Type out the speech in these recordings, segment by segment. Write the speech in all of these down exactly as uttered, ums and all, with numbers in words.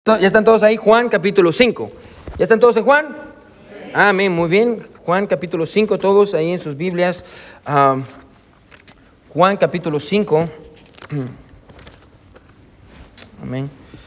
¿Ya están todos ahí? Juan capítulo cinco. ¿Ya están todos en Juan? Sí. Amén, muy bien. Juan capítulo cinco, todos ahí en sus Biblias. Uh, Juan capítulo cinco. Amén.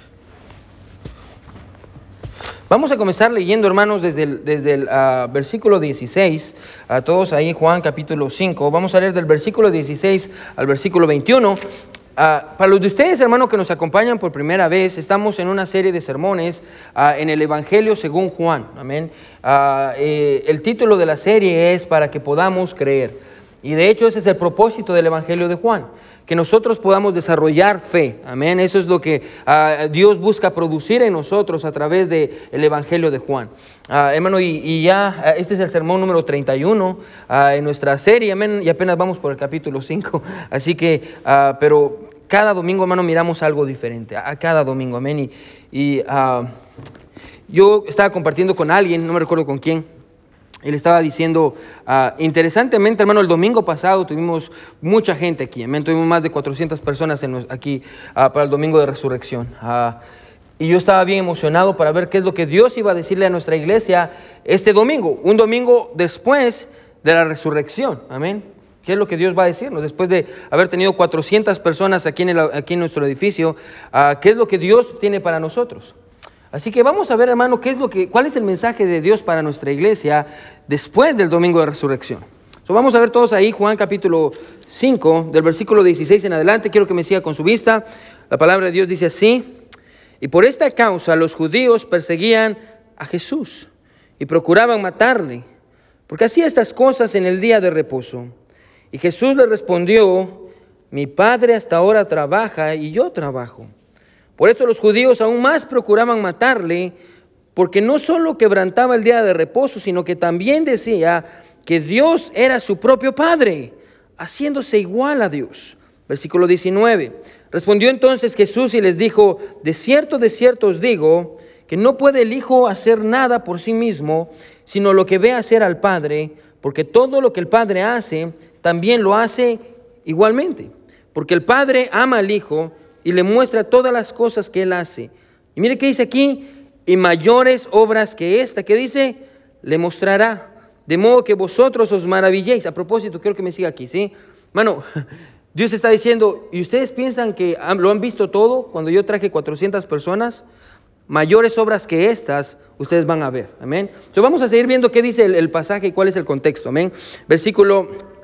Vamos a comenzar leyendo, hermanos, desde el, desde el uh, versículo dieciséis. A uh, todos ahí, Juan capítulo cinco. Vamos a leer del versículo dieciséis al versículo veintiuno. Uh, para los de ustedes, hermanos, que nos acompañan por primera vez, estamos en una serie de sermones uh, en el Evangelio según Juan. Amén. Uh, eh, el título de la serie es Para que podamos creer. Y de hecho ese es el propósito del Evangelio de Juan, que nosotros podamos desarrollar fe. Amén. Eso es lo que uh, Dios busca producir en nosotros a través del Evangelio de Juan. Uh, hermano, y, y ya uh, este es el sermón número treinta y uno uh, en nuestra serie. Amén. Y apenas vamos por el capítulo cinco. Así que, uh, pero cada domingo, hermano, miramos algo diferente. A cada domingo. Amén. Y, y uh, yo estaba compartiendo con alguien, no me recuerdo con quién. Él estaba diciendo, uh, interesantemente, hermano, el domingo pasado tuvimos mucha gente aquí. Amén. Tuvimos más de cuatrocientas personas en los, aquí uh, para el domingo de resurrección. Uh, y yo estaba bien emocionado para ver qué es lo que Dios iba a decirle a nuestra iglesia este domingo. Un domingo después de la resurrección. Amén. ¿Qué es lo que Dios va a decirnos? Después de haber tenido cuatrocientas personas aquí en, el, aquí en nuestro edificio, uh, ¿qué es lo que Dios tiene para nosotros? Así que vamos a ver, hermano, qué es lo que, cuál es el mensaje de Dios para nuestra iglesia después del domingo de resurrección. So, vamos a ver todos ahí Juan capítulo cinco, del versículo dieciséis en adelante. Quiero que me siga con su vista. La palabra de Dios dice así: y por esta causa los judíos perseguían a Jesús y procuraban matarle, porque hacía estas cosas en el día de reposo. Y Jesús le respondió: mi Padre hasta ahora trabaja y yo trabajo. Por esto los judíos aún más procuraban matarle, porque no solo quebrantaba el día de reposo, sino que también decía que Dios era su propio Padre, haciéndose igual a Dios. Versículo diecinueve. Respondió entonces Jesús y les dijo: de cierto, de cierto os digo, que no puede el Hijo hacer nada por sí mismo, sino lo que ve hacer al Padre, porque todo lo que el Padre hace, también lo hace igualmente. Porque el Padre ama al Hijo y le muestra todas las cosas que Él hace. Y mire qué dice aquí: y mayores obras que esta, que dice, le mostrará, de modo que vosotros os maravilléis. A propósito, quiero que me siga aquí, ¿sí? Mano, Dios está diciendo, ¿y ustedes piensan que lo han visto todo? Cuando yo traje cuatrocientas personas, mayores obras que estas, ustedes van a ver, amén. Entonces vamos a seguir viendo qué dice el, el pasaje y cuál es el contexto, amén. Versículo,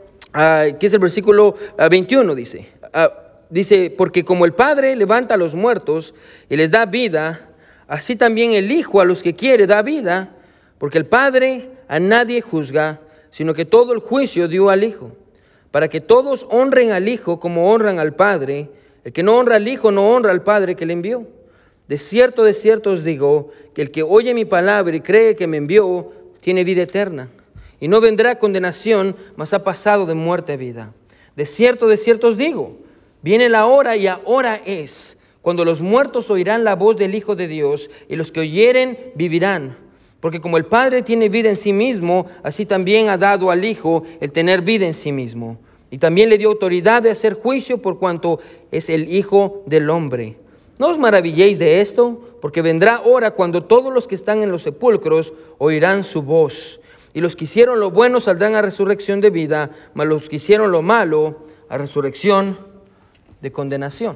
uh, ¿qué es el versículo uh, veintiuno? Dice, uh, Dice, porque como el Padre levanta a los muertos y les da vida, así también el Hijo a los que quiere da vida, porque el Padre a nadie juzga, sino que todo el juicio dio al Hijo, para que todos honren al Hijo como honran al Padre. El que no honra al Hijo no honra al Padre que le envió. De cierto, de cierto os digo, que el que oye mi palabra y cree que me envió, tiene vida eterna, y no vendrá condenación, mas ha pasado de muerte a vida. De cierto, de cierto os digo, viene la hora y ahora es, cuando los muertos oirán la voz del Hijo de Dios, y los que oyeren vivirán. Porque como el Padre tiene vida en sí mismo, así también ha dado al Hijo el tener vida en sí mismo. Y también le dio autoridad de hacer juicio por cuanto es el Hijo del Hombre. No os maravilléis de esto, porque vendrá hora cuando todos los que están en los sepulcros oirán su voz. Y los que hicieron lo bueno saldrán a resurrección de vida, mas los que hicieron lo malo a resurrección de condenación.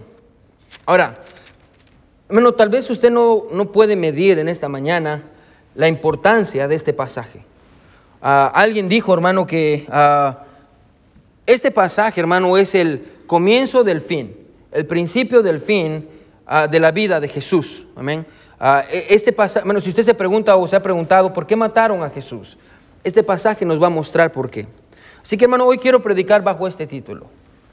Ahora, hermano, tal vez usted no, no puede medir en esta mañana la importancia de este pasaje. Uh, alguien dijo, hermano, que uh, este pasaje, hermano, es el comienzo del fin, el principio del fin uh, de la vida de Jesús. Amén. Uh, este pasaje, bueno, si usted se pregunta o se ha preguntado por qué mataron a Jesús, este pasaje nos va a mostrar por qué. Así que, hermano, hoy quiero predicar bajo este título: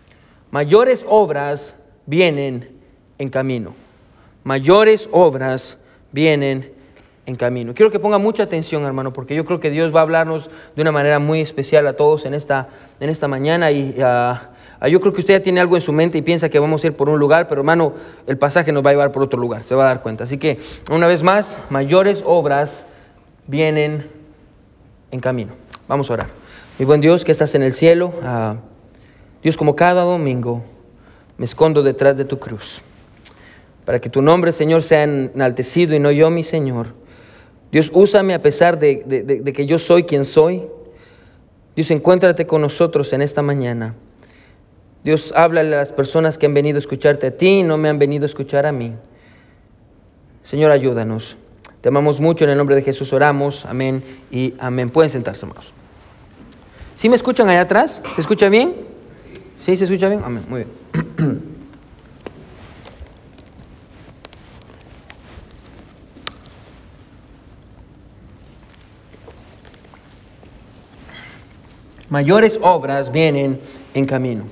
mayores obras vienen en camino. Mayores obras vienen en camino. Quiero que ponga mucha atención, hermano, porque yo creo que Dios va a hablarnos de una manera muy especial a todos en esta, en esta mañana. Y uh, yo creo que usted ya tiene algo en su mente y piensa que vamos a ir por un lugar, pero, hermano, el pasaje nos va a llevar por otro lugar, se va a dar cuenta. Así que, una vez más, mayores obras vienen en camino. Vamos a orar. Mi buen Dios, que estás en el cielo, uh, Dios, como cada domingo, me escondo detrás de tu cruz. para que tu nombre, Señor, sea enaltecido y no yo, mi Señor. Dios, úsame a pesar de, de, de, de que yo soy quien soy. Dios, encuéntrate con nosotros en esta mañana. Dios, háblale a las personas que han venido a escucharte a ti y no me han venido a escuchar a mí. Señor, ayúdanos. Te amamos mucho, en el nombre de Jesús oramos. Amén y amén. Pueden sentarse, hermanos. ¿Sí me escuchan allá atrás? ¿Se escucha bien? ¿Sí se escucha bien? Amén, muy bien. Mayores obras vienen en camino.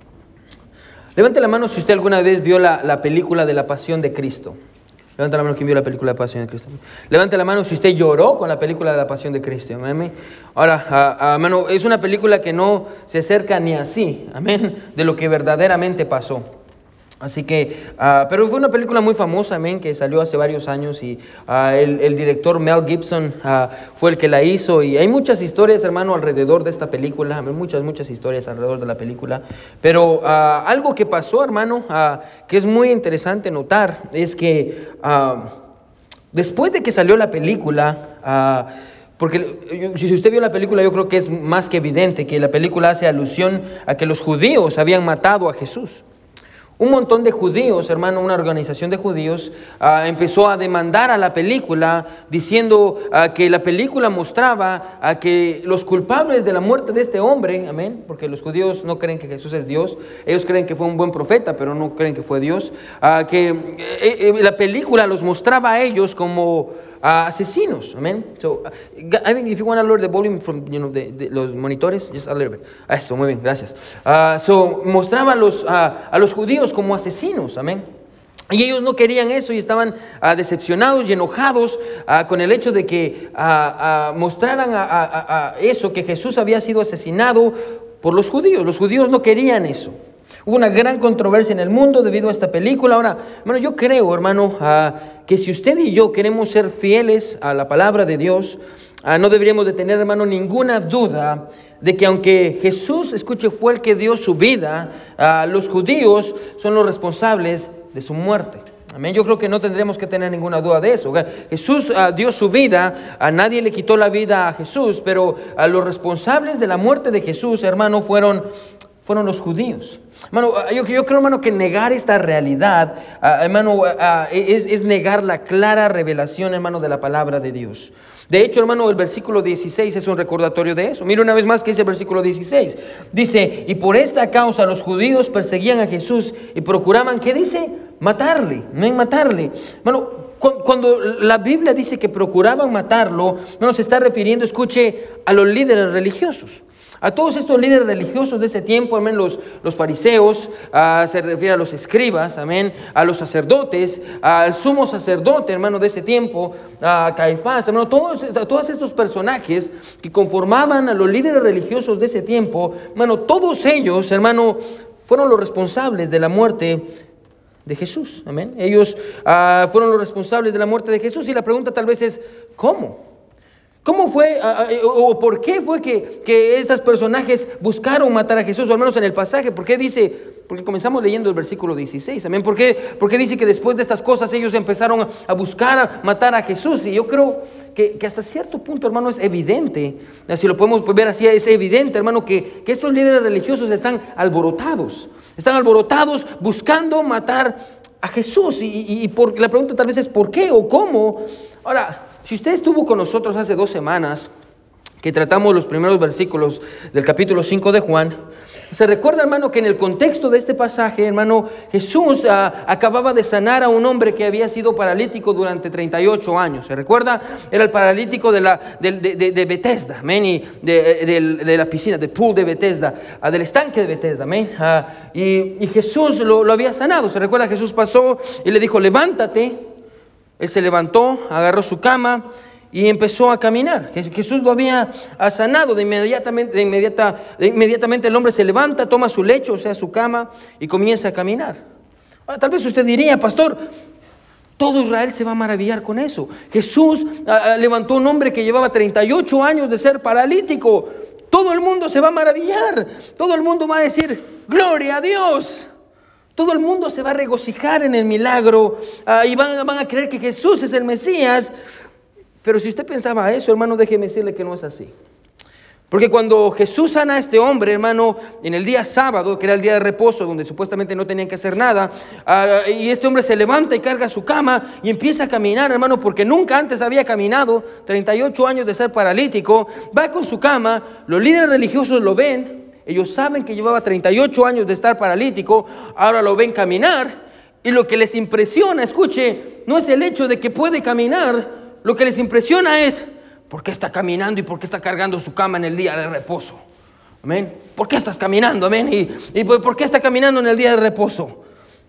Levante la mano si usted alguna vez vio la, la película de la Pasión de Cristo. Levante la mano quien vio la película de la Pasión de Cristo. Levante la mano si usted lloró con la película de la Pasión de Cristo. Amén. Ahora, uh, uh, hermano, es una película que no se acerca ni así, amén, de lo que verdaderamente pasó. Así que, uh, pero fue una película muy famosa, amén, que salió hace varios años y uh, el, el director Mel Gibson uh, fue el que la hizo y hay muchas historias, hermano, alrededor de esta película, muchas, muchas historias alrededor de la película, pero uh, algo que pasó, hermano, uh, que es muy interesante notar, es que uh, después de que salió la película, uh, porque si usted vio la película, yo creo que es más que evidente que la película hace alusión a que los judíos habían matado a Jesús. Un montón de judíos, hermano, una organización de judíos uh, empezó a demandar a la película diciendo uh, que la película mostraba a uh, que los culpables de la muerte de este hombre, amén, porque los judíos no creen que Jesús es Dios, ellos creen que fue un buen profeta, pero no creen que fue Dios, uh, que eh, eh, la película los mostraba a ellos como Uh, asesinos, amén. So, uh, I mean, if you want to lower the volume from, you know, the, the, los monitores, just a little bit. Eso, muy bien, gracias. Uh, so, mostraba a los, uh, a los judíos como asesinos, amén. Y ellos no querían eso y estaban uh, decepcionados y enojados uh, con el hecho de que uh, uh, mostraran a, a, a eso, que Jesús había sido asesinado por los judíos. Los judíos no querían eso. Hubo una gran controversia en el mundo debido a esta película. Ahora, hermano, yo creo, hermano, uh, que si usted y yo queremos ser fieles a la palabra de Dios, uh, no deberíamos de tener, hermano, ninguna duda de que aunque Jesús, escuche, fue el que dio su vida, uh, los judíos son los responsables de su muerte. Amén. Yo creo que no tendremos que tener ninguna duda de eso. Jesús uh, dio su vida, a nadie le quitó la vida a Jesús, pero uh, los responsables de la muerte de Jesús, hermano, fueron... fueron los judíos. Hermano, yo, yo creo, hermano, que negar esta realidad, uh, hermano, uh, es, es negar la clara revelación, hermano, de la palabra de Dios. De hecho, hermano, el versículo dieciséis es un recordatorio de eso. Mira una vez más que dice el versículo dieciséis. Dice, y por esta causa los judíos perseguían a Jesús y procuraban, ¿qué dice? Matarle, no en matarle. Hermano, cuando la Biblia dice que procuraban matarlo, no se está refiriendo, escuche, a los líderes religiosos. A todos estos líderes religiosos de ese tiempo, amén, los, los fariseos, uh, se refiere a los escribas, amén, a los sacerdotes, uh, al sumo sacerdote, hermano, de ese tiempo, a uh, Caifás, hermano, todos, todos estos personajes que conformaban a los líderes religiosos de ese tiempo, hermano, todos ellos, hermano, fueron los responsables de la muerte de Jesús, amén. Ellos uh, fueron los responsables de la muerte de Jesús y la pregunta tal vez es, ¿cómo? ¿Cómo fue uh, o por qué fue que, que estos personajes buscaron matar a Jesús? O al menos en el pasaje, ¿por qué dice? Porque comenzamos leyendo el versículo dieciséis, amén. ¿Por qué? Porque dice que después de estas cosas ellos empezaron a buscar a matar a Jesús. Y yo creo que, que hasta cierto punto, hermano, es evidente, si lo podemos ver así, es evidente, hermano, que, que estos líderes religiosos están alborotados. Están alborotados buscando matar a Jesús. Y, y, y por, la pregunta tal vez es ¿por qué o cómo? Ahora, si usted estuvo con nosotros hace dos semanas que tratamos los primeros versículos del capítulo cinco de Juan, se recuerda, hermano, que en el contexto de este pasaje, hermano, Jesús uh, acababa de sanar a un hombre que había sido paralítico durante treinta y ocho años. ¿Se recuerda? Era el paralítico de, la, de, de, de Bethesda, amén, y de, de, de la piscina, del pool de Bethesda, uh, del estanque de Bethesda, amén. Uh, y, y Jesús lo, lo había sanado. ¿Se recuerda? Jesús pasó y le dijo, levántate. Él se levantó, agarró su cama y empezó a caminar. Jesús lo había sanado. De inmediatamente, de, inmediata, de inmediatamente el hombre se levanta, toma su lecho, o sea, su cama, y comienza a caminar. Ahora, tal vez usted diría, pastor, todo Israel se va a maravillar con eso. Jesús uh, levantó un hombre que llevaba treinta y ocho años de ser paralítico. Todo el mundo se va a maravillar. Todo el mundo va a decir, gloria a Dios. Todo el mundo se va a regocijar en el milagro uh, y van, van a creer que Jesús es el Mesías. Pero si usted pensaba eso, hermano, déjeme decirle que no es así. Porque cuando Jesús sana a este hombre, hermano, en el día sábado, que era el día de reposo, donde supuestamente no tenían que hacer nada, uh, y este hombre se levanta y carga su cama y empieza a caminar, hermano, porque nunca antes había caminado, treinta y ocho años de ser paralítico, va con su cama, los líderes religiosos lo ven, ellos saben que llevaba treinta y ocho años de estar paralítico, ahora lo ven caminar, y lo que les impresiona, escuche, no es el hecho de que puede caminar, lo que les impresiona es, ¿por qué está caminando y por qué está cargando su cama en el día de reposo? Amén. ¿Por qué estás caminando? Amén. ¿Y, y por qué está caminando en el día de reposo?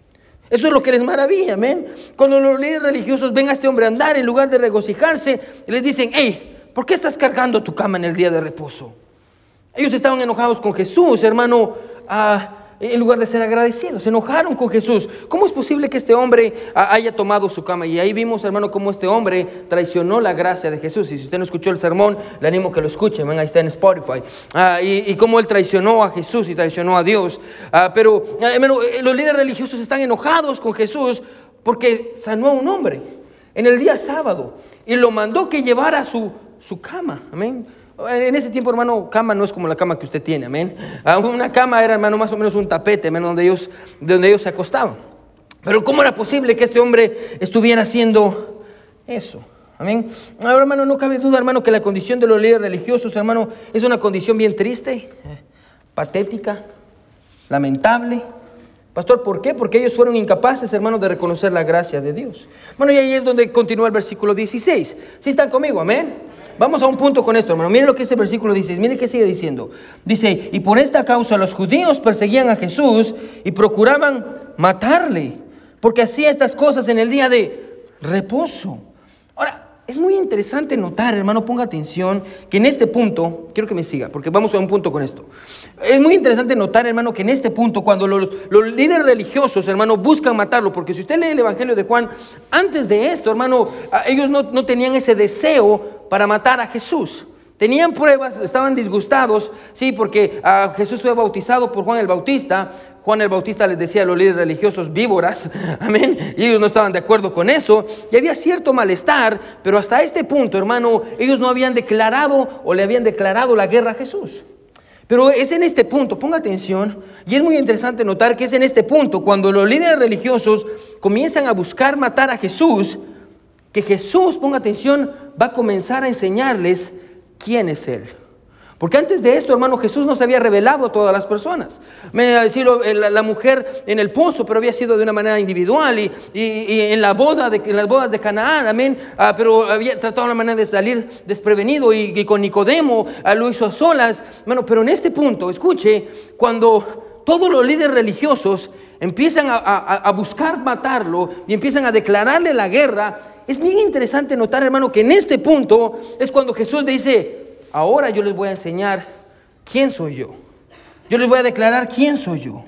Eso es lo que les maravilla. Amén. Cuando los líderes religiosos ven a este hombre andar, en lugar de regocijarse, les dicen, hey, ¿por qué estás cargando tu cama en el día de reposo? Ellos estaban enojados con Jesús, hermano, uh, en lugar de ser agradecidos. Se enojaron con Jesús. ¿Cómo es posible que este hombre uh, haya tomado su cama? Y ahí vimos, hermano, cómo este hombre traicionó la gracia de Jesús. Y si usted no escuchó el sermón, le animo que lo escuche. Man, ahí está en Spotify. Uh, y, y cómo él traicionó a Jesús y traicionó a Dios. Uh, pero, uh, hermano, los líderes religiosos están enojados con Jesús porque sanó a un hombre en el día sábado y lo mandó que llevara su, su cama. Amén. En ese tiempo, hermano, cama no es como la cama que usted tiene, amén. Una cama era, hermano, más o menos un tapete, amén, donde ellos, donde ellos se acostaban. Pero ¿cómo era posible que este hombre estuviera haciendo eso? Amén. Ahora, hermano, no cabe duda, hermano, que la condición de los líderes religiosos, hermano, es una condición bien triste, patética, lamentable. Pastor, ¿por qué? Porque ellos fueron incapaces, hermanos, de reconocer la gracia de Dios. Bueno, y ahí es donde continúa el versículo dieciséis. ¿Sí están conmigo? Amén. Vamos a un punto con esto, hermano. Miren lo que es el versículo dieciséis. Miren qué sigue diciendo. Dice, y por esta causa los judíos perseguían a Jesús y procuraban matarle, porque hacía estas cosas en el día de reposo. Ahora, es muy interesante notar, hermano, ponga atención, que en este punto, quiero que me siga, porque vamos a un punto con esto. Es muy interesante notar, hermano, que en este punto, cuando los, los líderes religiosos, hermano, buscan matarlo, porque si usted lee el Evangelio de Juan, antes de esto, hermano, ellos no, no tenían ese deseo para matar a Jesús. Tenían pruebas, estaban disgustados, sí, porque uh, Jesús fue bautizado por Juan el Bautista. Juan el Bautista les decía a los líderes religiosos víboras, amén, y ellos no estaban de acuerdo con eso, y había cierto malestar, pero hasta este punto, hermano, ellos no habían declarado o le habían declarado la guerra a Jesús. Pero es en este punto, ponga atención, y es muy interesante notar que es en este punto, cuando los líderes religiosos comienzan a buscar matar a Jesús, que Jesús, ponga atención, va a comenzar a enseñarles quién es Él. Porque antes de esto, hermano, Jesús no se había revelado a todas las personas. Me iba a decir la, la mujer en el pozo, pero había sido de una manera individual. Y, y, y en, la boda de, en las bodas de Canaán, amén. Ah, pero había tratado una manera de salir desprevenido. Y, y con Nicodemo ah, lo hizo a solas. Bueno, pero en este punto, escuche, cuando todos los líderes religiosos empiezan a, a, a buscar matarlo y empiezan a declararle la guerra, es bien interesante notar, hermano, que en este punto es cuando Jesús dice, ahora yo les voy a enseñar quién soy yo. Yo les voy a declarar quién soy yo.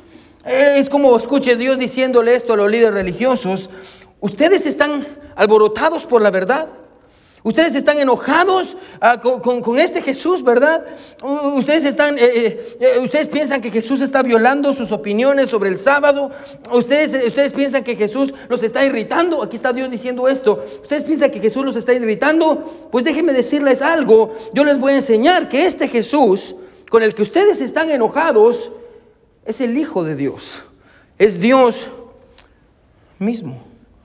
Es como, escuche, Dios diciéndole esto a los líderes religiosos. Ustedes están alborotados por la verdad. Ustedes están enojados uh, con, con, con este Jesús, ¿verdad? Uh, ustedes están, eh, eh, ustedes piensan que Jesús está violando sus opiniones sobre el sábado. Ustedes, ustedes piensan que Jesús los está irritando. Aquí está Dios diciendo esto. Ustedes piensan que Jesús los está irritando. Pues déjenme decirles algo. Yo les voy a enseñar que este Jesús con el que ustedes están enojados es el Hijo de Dios. Es Dios mismo.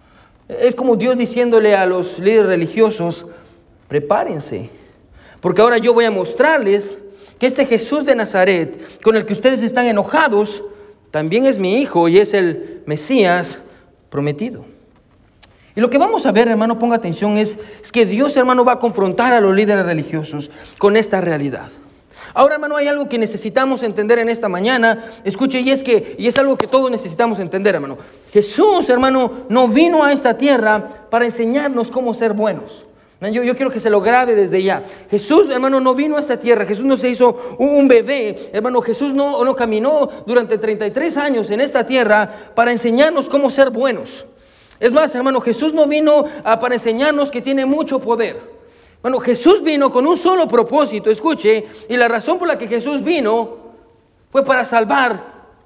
Es como Dios diciéndole a los líderes religiosos, prepárense, porque ahora yo voy a mostrarles que este Jesús de Nazaret, con el que ustedes están enojados, también es mi Hijo y es el Mesías prometido. Y lo que vamos a ver, hermano, ponga atención, es, es que Dios, hermano, va a confrontar a los líderes religiosos con esta realidad. Ahora, hermano, hay algo que necesitamos entender en esta mañana. Escuche, y es que y es algo que todos necesitamos entender, hermano. Jesús, hermano, no vino a esta tierra para enseñarnos cómo ser buenos. Yo, yo quiero que se lo grabe desde ya. Jesús, hermano, no vino a esta tierra. Jesús no se hizo un, un bebé. Hermano, Jesús no, no caminó durante treinta y tres años en esta tierra para enseñarnos cómo ser buenos. Es más, hermano, Jesús no vino a, para enseñarnos que tiene mucho poder. Bueno, Jesús vino con un solo propósito, escuche, y la razón por la que Jesús vino fue para salvar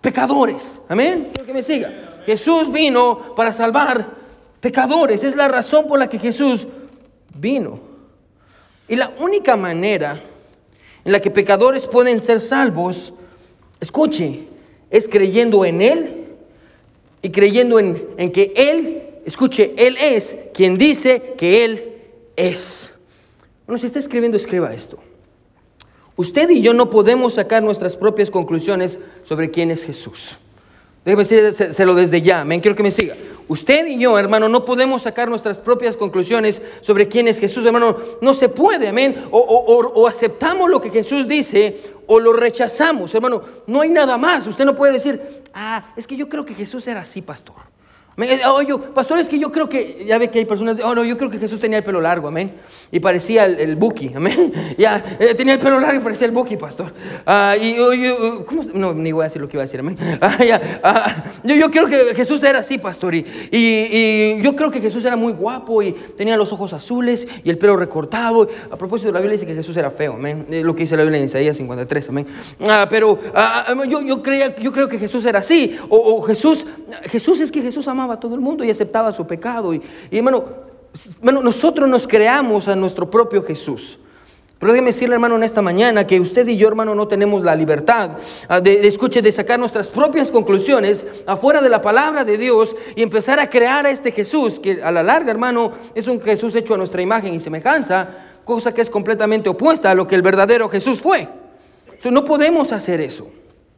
pecadores. Amén. Quiero que me siga. Jesús vino para salvar pecadores. Es la razón por la que Jesús vino. Y la única manera en la que pecadores pueden ser salvos, escuche, es creyendo en Él y creyendo en, en que Él, escuche, Él es quien dice que Él es. Bueno, si está escribiendo, escriba esto. Usted y yo no podemos sacar nuestras propias conclusiones sobre quién es Jesús. Déjeme decírselo desde ya, amén. Quiero que me siga. Usted y yo, hermano, no podemos sacar nuestras propias conclusiones sobre quién es Jesús, hermano. No se puede, amén. O, o, o, o aceptamos lo que Jesús dice o lo rechazamos, hermano. No hay nada más. Usted no puede decir, ah, es que yo creo que Jesús era así, pastor. Oye, oh, pastor, es que yo creo que, ya ve que hay personas, oh no, yo creo que Jesús tenía el pelo largo, amén, y parecía el, el Buki, amén, ya, eh, tenía el pelo largo y parecía el Buki, pastor, uh, y oh, yo, ¿cómo? No, ni voy a decir lo que iba a decir, amén, uh, ya, uh, yo, yo creo que Jesús era así, pastor, y, y, y yo creo que Jesús era muy guapo, y tenía los ojos azules, y el pelo recortado. A propósito, la Biblia dice que Jesús era feo, amén, eh, lo que dice la Biblia en Isaías cincuenta y tres, amén, uh, pero uh, yo, yo, creía, yo creo que Jesús era así, o, o Jesús, Jesús es que Jesús amaba a todo el mundo y aceptaba su pecado. Y, y hermano, hermano, nosotros nos creamos a nuestro propio Jesús. Pero déjeme decirle, hermano, en esta mañana que usted y yo, hermano, no tenemos la libertad de, de, escuche, de sacar nuestras propias conclusiones afuera de la palabra de Dios y empezar a crear a este Jesús, que a la larga, hermano, es un Jesús hecho a nuestra imagen y semejanza, cosa que es completamente opuesta a lo que el verdadero Jesús fue. So, no podemos hacer eso.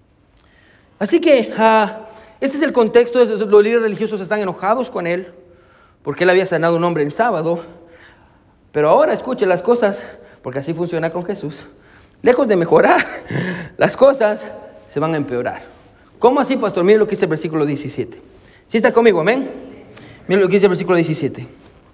Así que uh, este es el contexto. Los líderes religiosos están enojados con él porque él había sanado a un hombre en sábado. Pero ahora escuche las cosas, porque así funciona con Jesús. Lejos de mejorar, las cosas se van a empeorar. ¿Cómo así, pastor? Mire lo que dice el versículo diecisiete. ¿Sí está conmigo? Amén. Mire lo que dice el versículo diecisiete.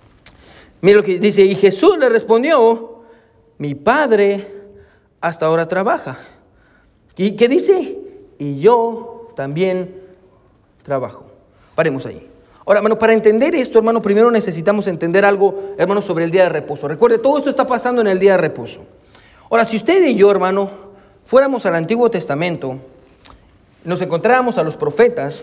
Mire lo que dice. Y Jesús le respondió: mi Padre hasta ahora trabaja. ¿Y qué dice? Y yo también trabajo. Paremos ahí. Ahora, hermano, para entender esto, hermano, primero necesitamos entender algo, hermano, sobre el día de reposo. Recuerde, todo esto está pasando en el día de reposo. Ahora, si usted y yo, hermano, fuéramos al Antiguo Testamento, nos encontráramos a los profetas,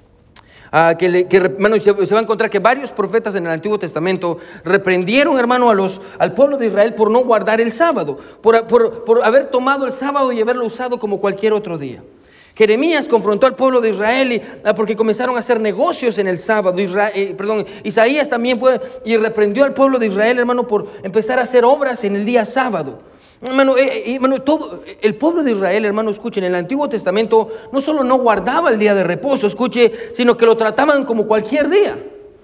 uh, que, le, que hermano, se, se va a encontrar que varios profetas en el Antiguo Testamento reprendieron, hermano, a los, al pueblo de Israel por no guardar el sábado, por, por, por haber tomado el sábado y haberlo usado como cualquier otro día. Jeremías confrontó al pueblo de Israel y, ah, porque comenzaron a hacer negocios en el sábado. Israel, eh, perdón, Isaías también fue y reprendió al pueblo de Israel, hermano, por empezar a hacer obras en el día sábado. Hermano, eh, eh, hermano, todo el pueblo de Israel, hermano, escuchen, en el Antiguo Testamento no solo no guardaba el día de reposo, escuche, sino que lo trataban como cualquier día.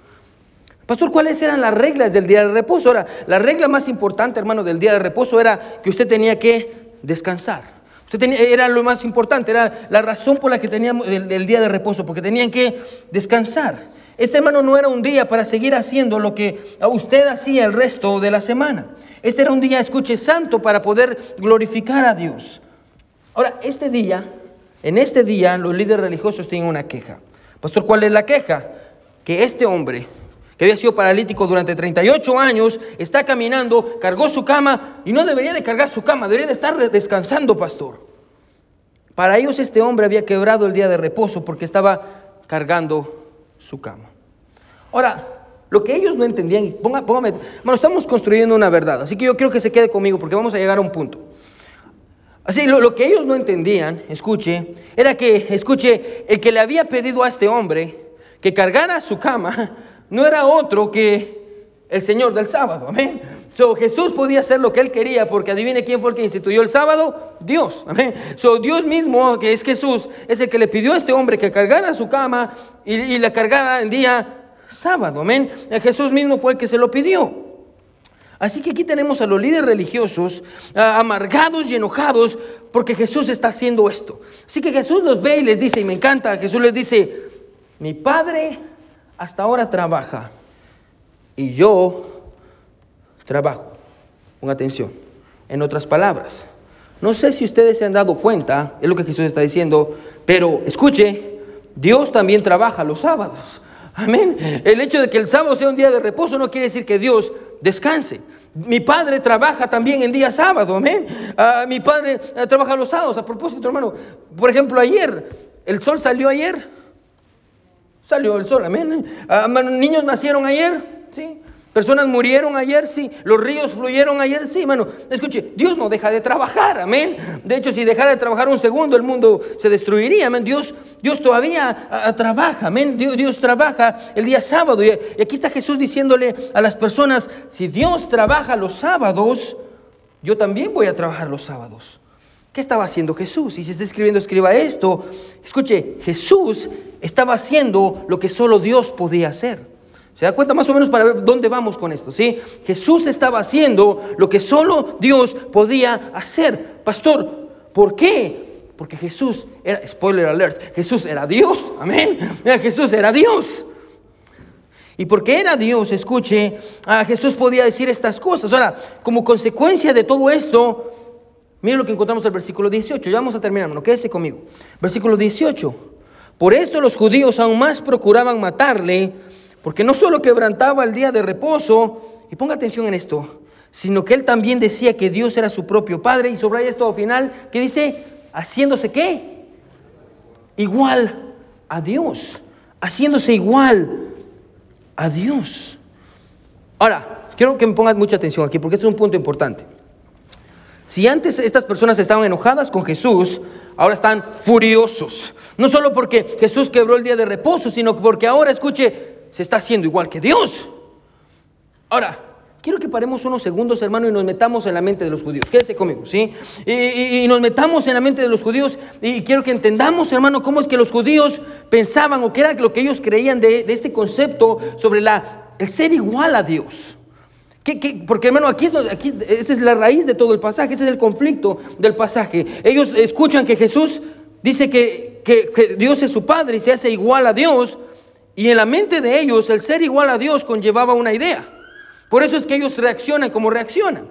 Pastor, ¿cuáles eran las reglas del día de reposo? Ahora, la regla más importante, hermano, del día de reposo era que usted tenía que descansar. Usted tenía, era lo más importante, era la razón por la que teníamos el, el día de reposo, porque tenían que descansar. Este, hermano, no era un día para seguir haciendo lo que usted hacía el resto de la semana. Este era un día, escuche, santo para poder glorificar a Dios. Ahora, este día, en este día, los líderes religiosos tienen una queja. Pastor, ¿cuál es la queja? Que este hombre, que había sido paralítico durante treinta y ocho años, está caminando, cargó su cama y no debería de cargar su cama, debería de estar descansando, pastor. Para ellos este hombre había quebrado el día de reposo porque estaba cargando su cama. Ahora, lo que ellos no entendían, ponga, póngame, bueno, estamos construyendo una verdad, así que yo quiero que se quede conmigo porque vamos a llegar a un punto. Así, lo, lo que ellos no entendían, escuche, era que, escuche, el que le había pedido a este hombre que cargara su cama no era otro que el Señor del sábado, amén. So, Jesús podía hacer lo que él quería, porque adivine quién fue el que instituyó el sábado, Dios, amén. So, Dios mismo, que es Jesús, es el que le pidió a este hombre que cargara su cama y, y la cargara en día sábado, amén. Jesús mismo fue el que se lo pidió. Así que aquí tenemos a los líderes religiosos uh, amargados y enojados porque Jesús está haciendo esto. Así que Jesús los ve y les dice, y me encanta, Jesús les dice: mi Padre hasta ahora trabaja y yo trabajo. Pongan atención. En otras palabras, no sé si ustedes se han dado cuenta, es lo que Jesús está diciendo, pero escuche, Dios también trabaja los sábados. Amén. El hecho de que el sábado sea un día de reposo no quiere decir que Dios descanse. Mi Padre trabaja también en día sábado. Amén. Uh, mi Padre uh, trabaja los sábados. A propósito, hermano, por ejemplo, ayer ¿El sol salió ayer? Salió el sol, amén. Ah, niños nacieron ayer, sí. Personas murieron ayer, sí. Los ríos fluyeron ayer, sí, hermano. Escuche, Dios no deja de trabajar, amén. De hecho, si dejara de trabajar un segundo, el mundo se destruiría, amén. Dios, Dios todavía a, trabaja, amén. Dios, Dios trabaja el día sábado. Y, y aquí está Jesús diciéndole a las personas, si Dios trabaja los sábados, yo también voy a trabajar los sábados. ¿Qué estaba haciendo Jesús? Y si está escribiendo, escriba esto. Escuche, Jesús estaba haciendo lo que solo Dios podía hacer. ¿Se da cuenta más o menos para ver dónde vamos con esto? ¿Sí? Jesús estaba haciendo lo que solo Dios podía hacer. Pastor, ¿por qué? Porque Jesús era, spoiler alert, Jesús era Dios. Amén. Jesús era Dios. Y porque era Dios, escuche, ah, Jesús podía decir estas cosas. Ahora, como consecuencia de todo esto, miren lo que encontramos en el versículo dieciocho. Ya vamos a terminar, hermano, quédese conmigo. Versículo dieciocho. Por esto los judíos aún más procuraban matarle, porque no solo quebrantaba el día de reposo, y ponga atención en esto, sino que él también decía que Dios era su propio Padre. Y subraya esto al final, que dice, haciéndose ¿qué? Igual a Dios. Haciéndose igual a Dios. Ahora, quiero que me pongan mucha atención aquí, porque esto es un punto importante. Si antes estas personas estaban enojadas con Jesús, ahora están furiosos. No solo porque Jesús quebró el día de reposo, sino porque ahora, escuche, se está haciendo igual que Dios. Ahora, quiero que paremos unos segundos, hermano, y nos metamos en la mente de los judíos. Quédese conmigo, ¿sí? Y, y, y nos metamos en la mente de los judíos, y quiero que entendamos, hermano, cómo es que los judíos pensaban, o qué era lo que ellos creían de, de este concepto sobre la, el ser igual a Dios. ¿Qué, qué? Porque, hermano, aquí, aquí esta es la raíz de todo el pasaje, ese es el conflicto del pasaje. Ellos escuchan que Jesús dice que, que, que Dios es su Padre y se hace igual a Dios. Y en la mente de ellos, el ser igual a Dios conllevaba una idea. Por eso es que ellos reaccionan como reaccionan.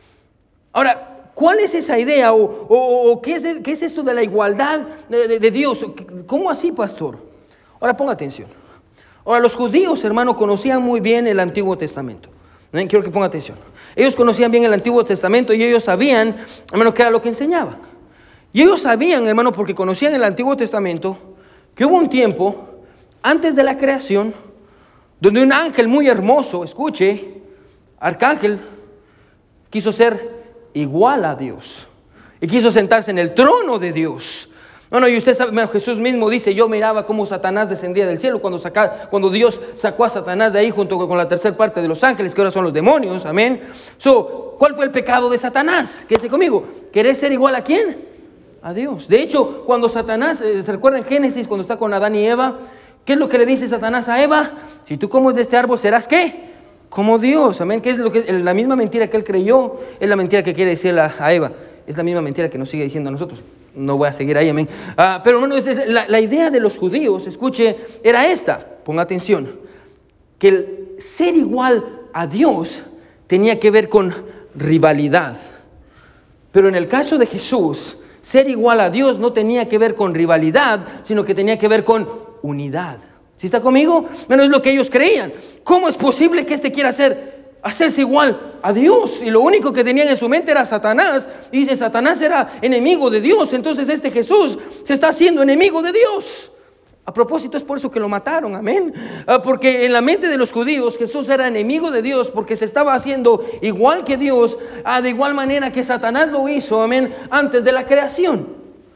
Ahora, ¿cuál es esa idea? ¿O, o, o qué, es, qué es esto de la igualdad de, de, de Dios? ¿Cómo así, pastor? Ahora, ponga atención. Ahora, los judíos, hermano, conocían muy bien el Antiguo Testamento. ¿Eh? Quiero que ponga atención. Ellos conocían bien el Antiguo Testamento y ellos sabían, hermano, qué era lo que enseñaba. Y ellos sabían, hermano, porque conocían el Antiguo Testamento, que hubo un tiempo antes de la creación, donde un ángel muy hermoso, escuche, arcángel, quiso ser igual a Dios y quiso sentarse en el trono de Dios. No, no, y usted sabe, Jesús mismo dice, yo miraba cómo Satanás descendía del cielo cuando, saca, cuando Dios sacó a Satanás de ahí junto con la tercera parte de los ángeles, que ahora son los demonios, amén. So, ¿cuál fue el pecado de Satanás? Quédese conmigo, ¿querés ser igual a quién? A Dios. De hecho, cuando Satanás, eh, ¿se recuerdan en Génesis cuando está con Adán y Eva? ¿Qué es lo que le dice Satanás a Eva? Si tú comes de este árbol, ¿serás qué? Como Dios, amén. ¿Qué es lo que, la misma mentira que él creyó? Es la mentira que quiere decir a, a Eva. Es la misma mentira que nos sigue diciendo a nosotros. No voy a seguir ahí, amén. Ah, pero hermano, la, la idea de los judíos, escuche, era esta. Ponga atención. Que el ser igual a Dios tenía que ver con rivalidad. Pero en el caso de Jesús, ser igual a Dios no tenía que ver con rivalidad, sino que tenía que ver con unidad. ¿Sí está conmigo? Bueno, es lo que ellos creían. ¿Cómo es posible que este quiera hacer, hacerse igual a Dios? Y lo único que tenían en su mente era Satanás. Y dice, Satanás era enemigo de Dios. Entonces este Jesús se está haciendo enemigo de Dios. A propósito, es por eso que lo mataron, amén. Porque en la mente de los judíos Jesús era enemigo de Dios, porque se estaba haciendo igual que Dios, de igual manera que Satanás lo hizo, amén, antes de la creación.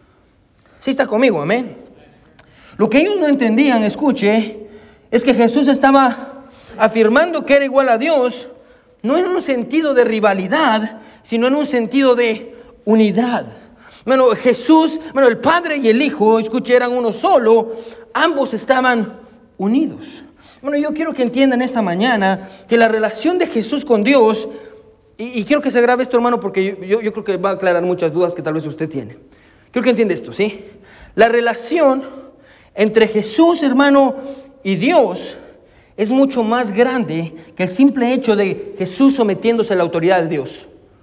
¿Sí está conmigo, amén? Lo que ellos no entendían, escuche, es que Jesús estaba afirmando que era igual a Dios, no en un sentido de rivalidad, sino en un sentido de unidad. Bueno, Jesús, bueno, el Padre y el Hijo, escuche, eran uno solo, ambos estaban unidos. Bueno, yo quiero que entiendan esta mañana que la relación de Jesús con Dios, y, y quiero que se grabe esto, hermano, porque yo, yo, yo creo que va a aclarar muchas dudas que tal vez usted tiene. Quiero que entienda esto, ¿sí? La relación entre Jesús, hermano, y Dios es mucho más grande que el simple hecho de Jesús sometiéndose a la autoridad de Dios.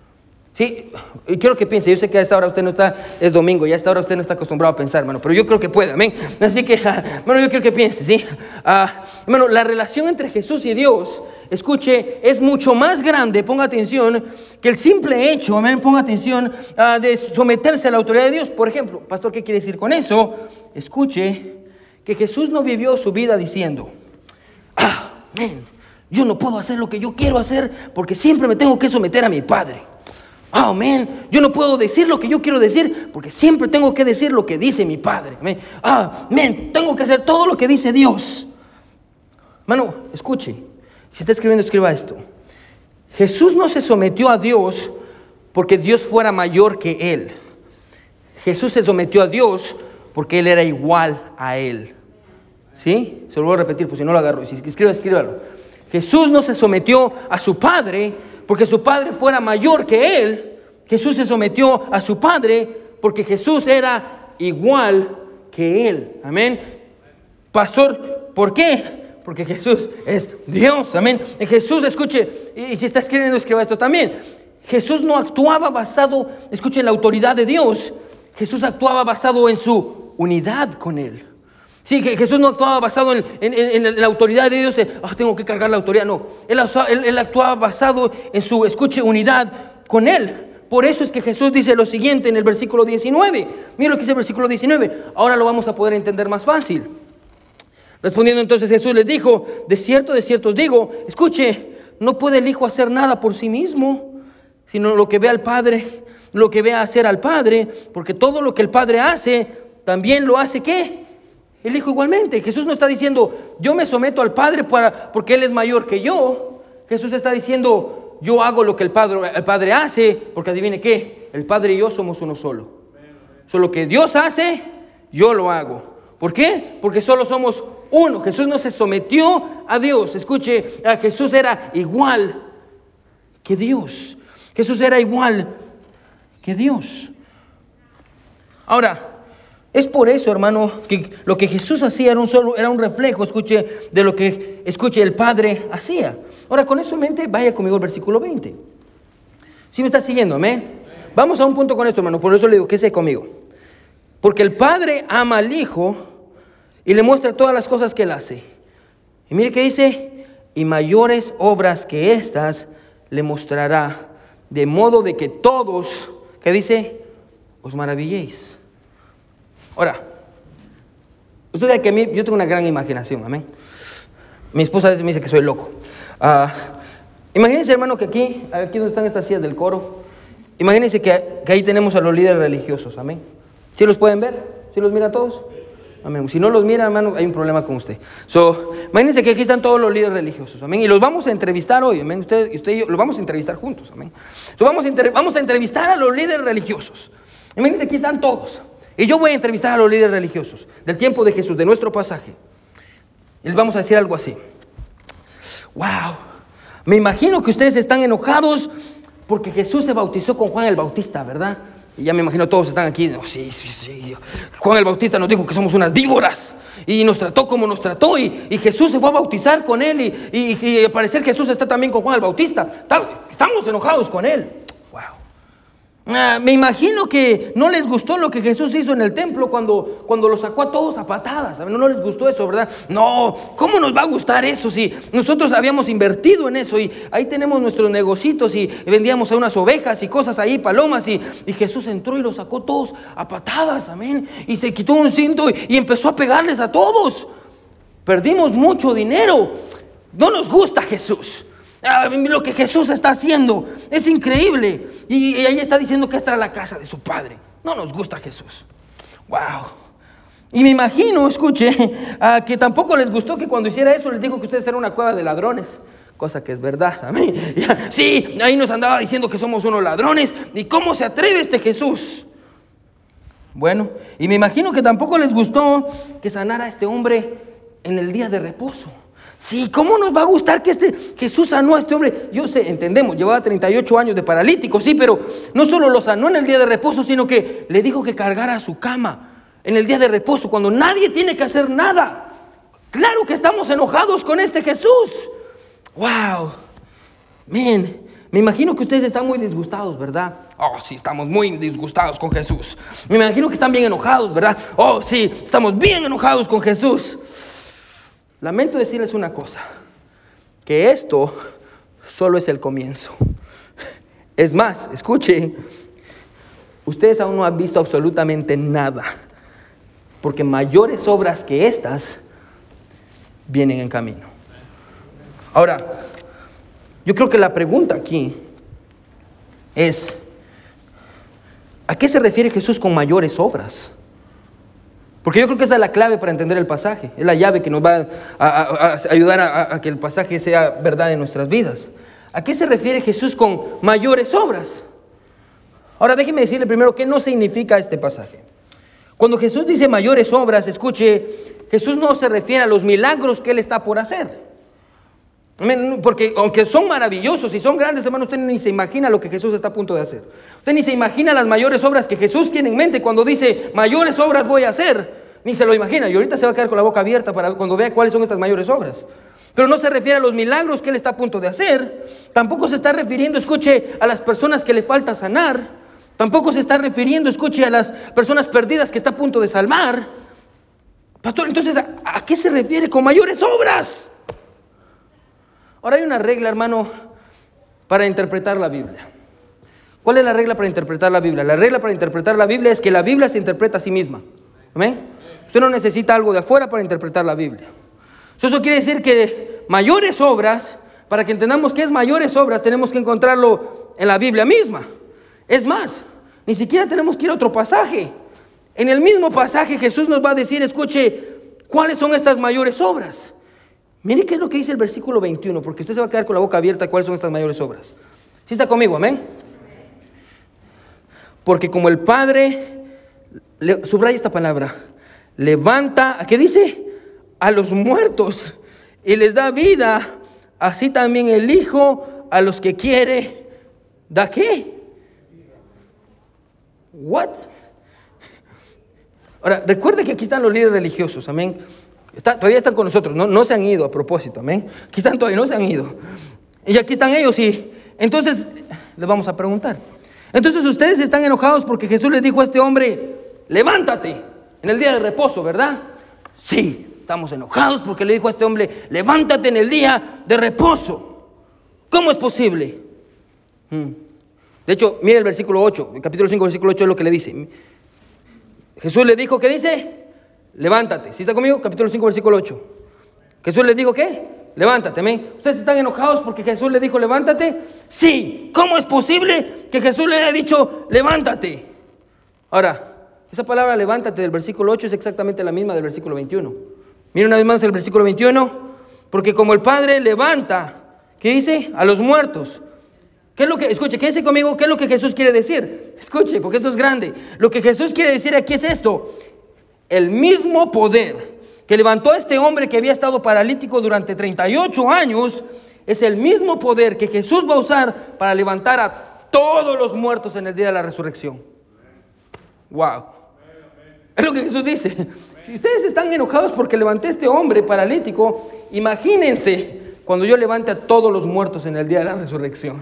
Sí, y quiero que piense, yo sé que a esta hora usted no está, es domingo, y a esta hora usted no está acostumbrado a pensar, hermano, pero yo creo que puede, amén. Así que, bueno, yo quiero que piense, ¿sí? Uh, hermano, la relación entre Jesús y Dios escuche, es mucho más grande, ponga atención, que el simple hecho, amén, ponga atención, uh, de someterse a la autoridad de Dios. Por ejemplo, pastor, ¿qué quiere decir con eso? Escuche, que Jesús no vivió su vida diciendo, ah, man, yo no puedo hacer lo que yo quiero hacer porque siempre me tengo que someter a mi Padre. Ah, amén. Yo no puedo decir lo que yo quiero decir porque siempre tengo que decir lo que dice mi Padre. Amén. Ah, amén. Tengo que hacer todo lo que dice Dios. Hermano, escuche. Si está escribiendo, escriba esto. Jesús no se sometió a Dios porque Dios fuera mayor que Él. Jesús se sometió a Dios porque Él era igual a Él. ¿Sí? Se lo voy a repetir, pues si no lo agarro. Si escriba, escríbalo. Jesús no se sometió a su Padre porque su Padre fuera mayor que Él. Jesús se sometió a su Padre porque Jesús era igual que Él. Amén. Pastor, ¿por qué? Porque Jesús es Dios. Amén. Jesús, escuche, y si está escribiendo, escriba esto también. Jesús no actuaba basado, escuche, en la autoridad de Dios. Jesús actuaba basado en su unidad con Él. Sí, que Jesús no actuaba basado en, en, en, en la autoridad de Dios, de, oh, tengo que cargar la autoridad. No, él, él, él actuaba basado en su, escuche, unidad con Él. Por eso es que Jesús dice lo siguiente en el versículo diecinueve. Mira lo que dice el versículo diecinueve. Ahora lo vamos a poder entender más fácil. Respondiendo entonces Jesús les dijo, de cierto, de cierto os digo, escuche, no puede el Hijo hacer nada por sí mismo, sino lo que ve al Padre, lo que ve hacer al Padre, porque todo lo que el Padre hace, también lo hace, ¿qué? El Hijo igualmente. Jesús no está diciendo, yo me someto al Padre para, porque Él es mayor que yo. Jesús está diciendo, yo hago lo que el Padre, el Padre hace, porque adivine qué, el Padre y yo somos uno solo. Solo lo que Dios hace, yo lo hago. ¿Por qué? Porque solo somos uno. Jesús no se sometió a Dios. Escuche, Jesús era igual que Dios. Jesús era igual que Dios. Ahora, es por eso, hermano, que lo que Jesús hacía era un solo, era un reflejo, escuche, de lo que, escuche, el Padre hacía. Ahora, con eso en mente, vaya conmigo al versículo veinte. ¿Sí me está siguiendo, amén? Vamos a un punto con esto, hermano, por eso le digo, quédese conmigo. Porque el Padre ama al Hijo y le muestra todas las cosas que Él hace. Y mire que dice, y mayores obras que estas le mostrará, de modo de que todos, ¿qué dice? Os maravilléis. Ahora, usted sabe que a mí, yo tengo una gran imaginación, amén. Mi esposa a veces me dice que soy loco. Uh, imagínense, hermano, que aquí, aquí donde están estas sillas del coro, imagínense que, que ahí tenemos a los líderes religiosos, amén. ¿Sí los pueden ver? ¿Sí los mira a todos? Amén. Si no los mira, hermano, hay un problema con usted. So, imagínense que aquí están todos los líderes religiosos, amén. Y los vamos a entrevistar hoy, amén. Usted, usted y yo los vamos a entrevistar juntos, amén. So, vamos, a inter, vamos a entrevistar a los líderes religiosos. Imagínense que aquí están todos. Y yo voy a entrevistar a los líderes religiosos del tiempo de Jesús, de nuestro pasaje. Y les vamos a decir algo así. Wow, me imagino que ustedes están enojados porque Jesús se bautizó con Juan el Bautista, ¿verdad? Y ya me imagino todos están aquí. Oh, sí, sí, sí. Juan el Bautista nos dijo que somos unas víboras y nos trató como nos trató. Y, y Jesús se fue a bautizar con él. Y, y, y al parecer Jesús está también con Juan el Bautista. Estamos enojados con él. Ah, me imagino que no les gustó lo que Jesús hizo en el templo cuando, cuando los sacó a todos a patadas. No, no les gustó eso, ¿verdad? No, ¿cómo nos va a gustar eso si nosotros habíamos invertido en eso? Y ahí tenemos nuestros negocitos y vendíamos a unas ovejas y cosas ahí, palomas. Y, y Jesús entró y los sacó todos a patadas, amén. Y se quitó un cinto y, y empezó a pegarles a todos. Perdimos mucho dinero. No nos gusta Jesús. Ah, lo que Jesús está haciendo es increíble. Y, y ahí está diciendo que esta era la casa de su Padre. No nos gusta Jesús. Wow. Y me imagino, escuche, uh, que tampoco les gustó que cuando hiciera eso les dijo que ustedes eran una cueva de ladrones. Cosa que es verdad. A mí, ya, sí, ahí nos andaba diciendo que somos unos ladrones. ¿Y cómo se atreve este Jesús? Bueno, y me imagino que tampoco les gustó que sanara a este hombre en el día de reposo. Sí, ¿cómo nos va a gustar que este Jesús sanó a este hombre? Yo sé, entendemos, llevaba treinta y ocho años de paralítico, sí, pero no solo lo sanó en el día de reposo, sino que le dijo que cargara su cama en el día de reposo, cuando nadie tiene que hacer nada. Claro que estamos enojados con este Jesús. Wow, man, me imagino que ustedes están muy disgustados, ¿verdad? Oh, sí, estamos muy disgustados con Jesús. Me imagino que están bien enojados, ¿verdad? Oh, sí, estamos bien enojados con Jesús. Lamento decirles una cosa. que esto solo es el comienzo. Es más, escuche, ustedes aún no han visto absolutamente nada, porque mayores obras que estas vienen en camino. Ahora, yo creo que la pregunta aquí es, ¿a qué se refiere Jesús con mayores obras? Porque yo creo que esa es la clave para entender el pasaje. Es la llave que nos va a, a, a ayudar a, a que el pasaje sea verdad en nuestras vidas. ¿A qué se refiere Jesús con mayores obras? Ahora déjeme decirle primero qué no significa este pasaje. Cuando Jesús dice mayores obras, escuche, Jesús no se refiere a los milagros que Él está por hacer. Porque aunque son maravillosos y son grandes, hermano, usted ni se imagina lo que Jesús está a punto de hacer. Usted ni se imagina las mayores obras que Jesús tiene en mente cuando dice mayores obras voy a hacer. Ni se lo imagina. Y ahorita se va a quedar con la boca abierta para cuando vea cuáles son estas mayores obras. Pero no se refiere a los milagros que Él está a punto de hacer. Tampoco se está refiriendo, escuche, a las personas que le falta sanar. Tampoco se está refiriendo, escuche, a las personas perdidas que está a punto de salvar. Pastor, entonces, ¿a, a qué se refiere con mayores obras? Ahora hay una regla, hermano, para interpretar la Biblia. ¿Cuál es la regla para interpretar la Biblia? La regla para interpretar la Biblia es que la Biblia se interpreta a sí misma. ¿Amén? Usted no necesita algo de afuera para interpretar la Biblia. Eso quiere decir que mayores obras, para que entendamos qué es mayores obras, tenemos que encontrarlo en la Biblia misma. Es más, ni siquiera tenemos que ir a otro pasaje. En el mismo pasaje Jesús nos va a decir, escuche, ¿cuáles son estas mayores obras? Mire qué es lo que dice el versículo veintiuno, porque usted se va a quedar con la boca abierta. ¿Cuáles son estas mayores obras? ¿Sí está conmigo? Amén. Porque como el Padre, le, subraya esta palabra, levanta, ¿qué dice? A los muertos y les da vida, así también el Hijo a los que quiere, ¿da qué? What? Ahora, recuerde que aquí están los líderes religiosos, amén. Está, todavía están con nosotros, no, no se han ido a propósito, amén. Aquí están todavía, no se han ido. Y aquí están ellos y entonces les vamos a preguntar. Entonces ustedes están enojados porque Jesús les dijo a este hombre, levántate en el día de reposo, ¿verdad? Sí, estamos enojados porque le dijo a este hombre, levántate en el día de reposo. ¿Cómo es posible? Hmm. De hecho, mire el versículo ocho, el capítulo cinco, versículo ocho es lo que le dice. Jesús le dijo, ¿qué dice? Levántate. ¿Sí está conmigo? Capítulo cinco, versículo ocho. Jesús les dijo, ¿qué? Levántate, amén. ¿Ustedes están enojados porque Jesús les dijo, levántate? Sí. ¿Cómo es posible que Jesús le haya dicho, levántate? Ahora, esa palabra levántate del versículo ocho es exactamente la misma del versículo veintiuno. Miren una vez más el versículo veintiuno. Porque como el Padre levanta, ¿qué dice? A los muertos. ¿Qué es lo que, escuche, quédese conmigo, qué es lo que Jesús quiere decir? Escuche, porque esto es grande. Lo que Jesús quiere decir aquí es esto. El mismo poder que levantó a este hombre que había estado paralítico durante treinta y ocho años, es el mismo poder que Jesús va a usar para levantar a todos los muertos en el día de la resurrección. Wow. Es lo que Jesús dice. Si ustedes están enojados porque levanté a este hombre paralítico, imagínense cuando yo levante a todos los muertos en el día de la resurrección.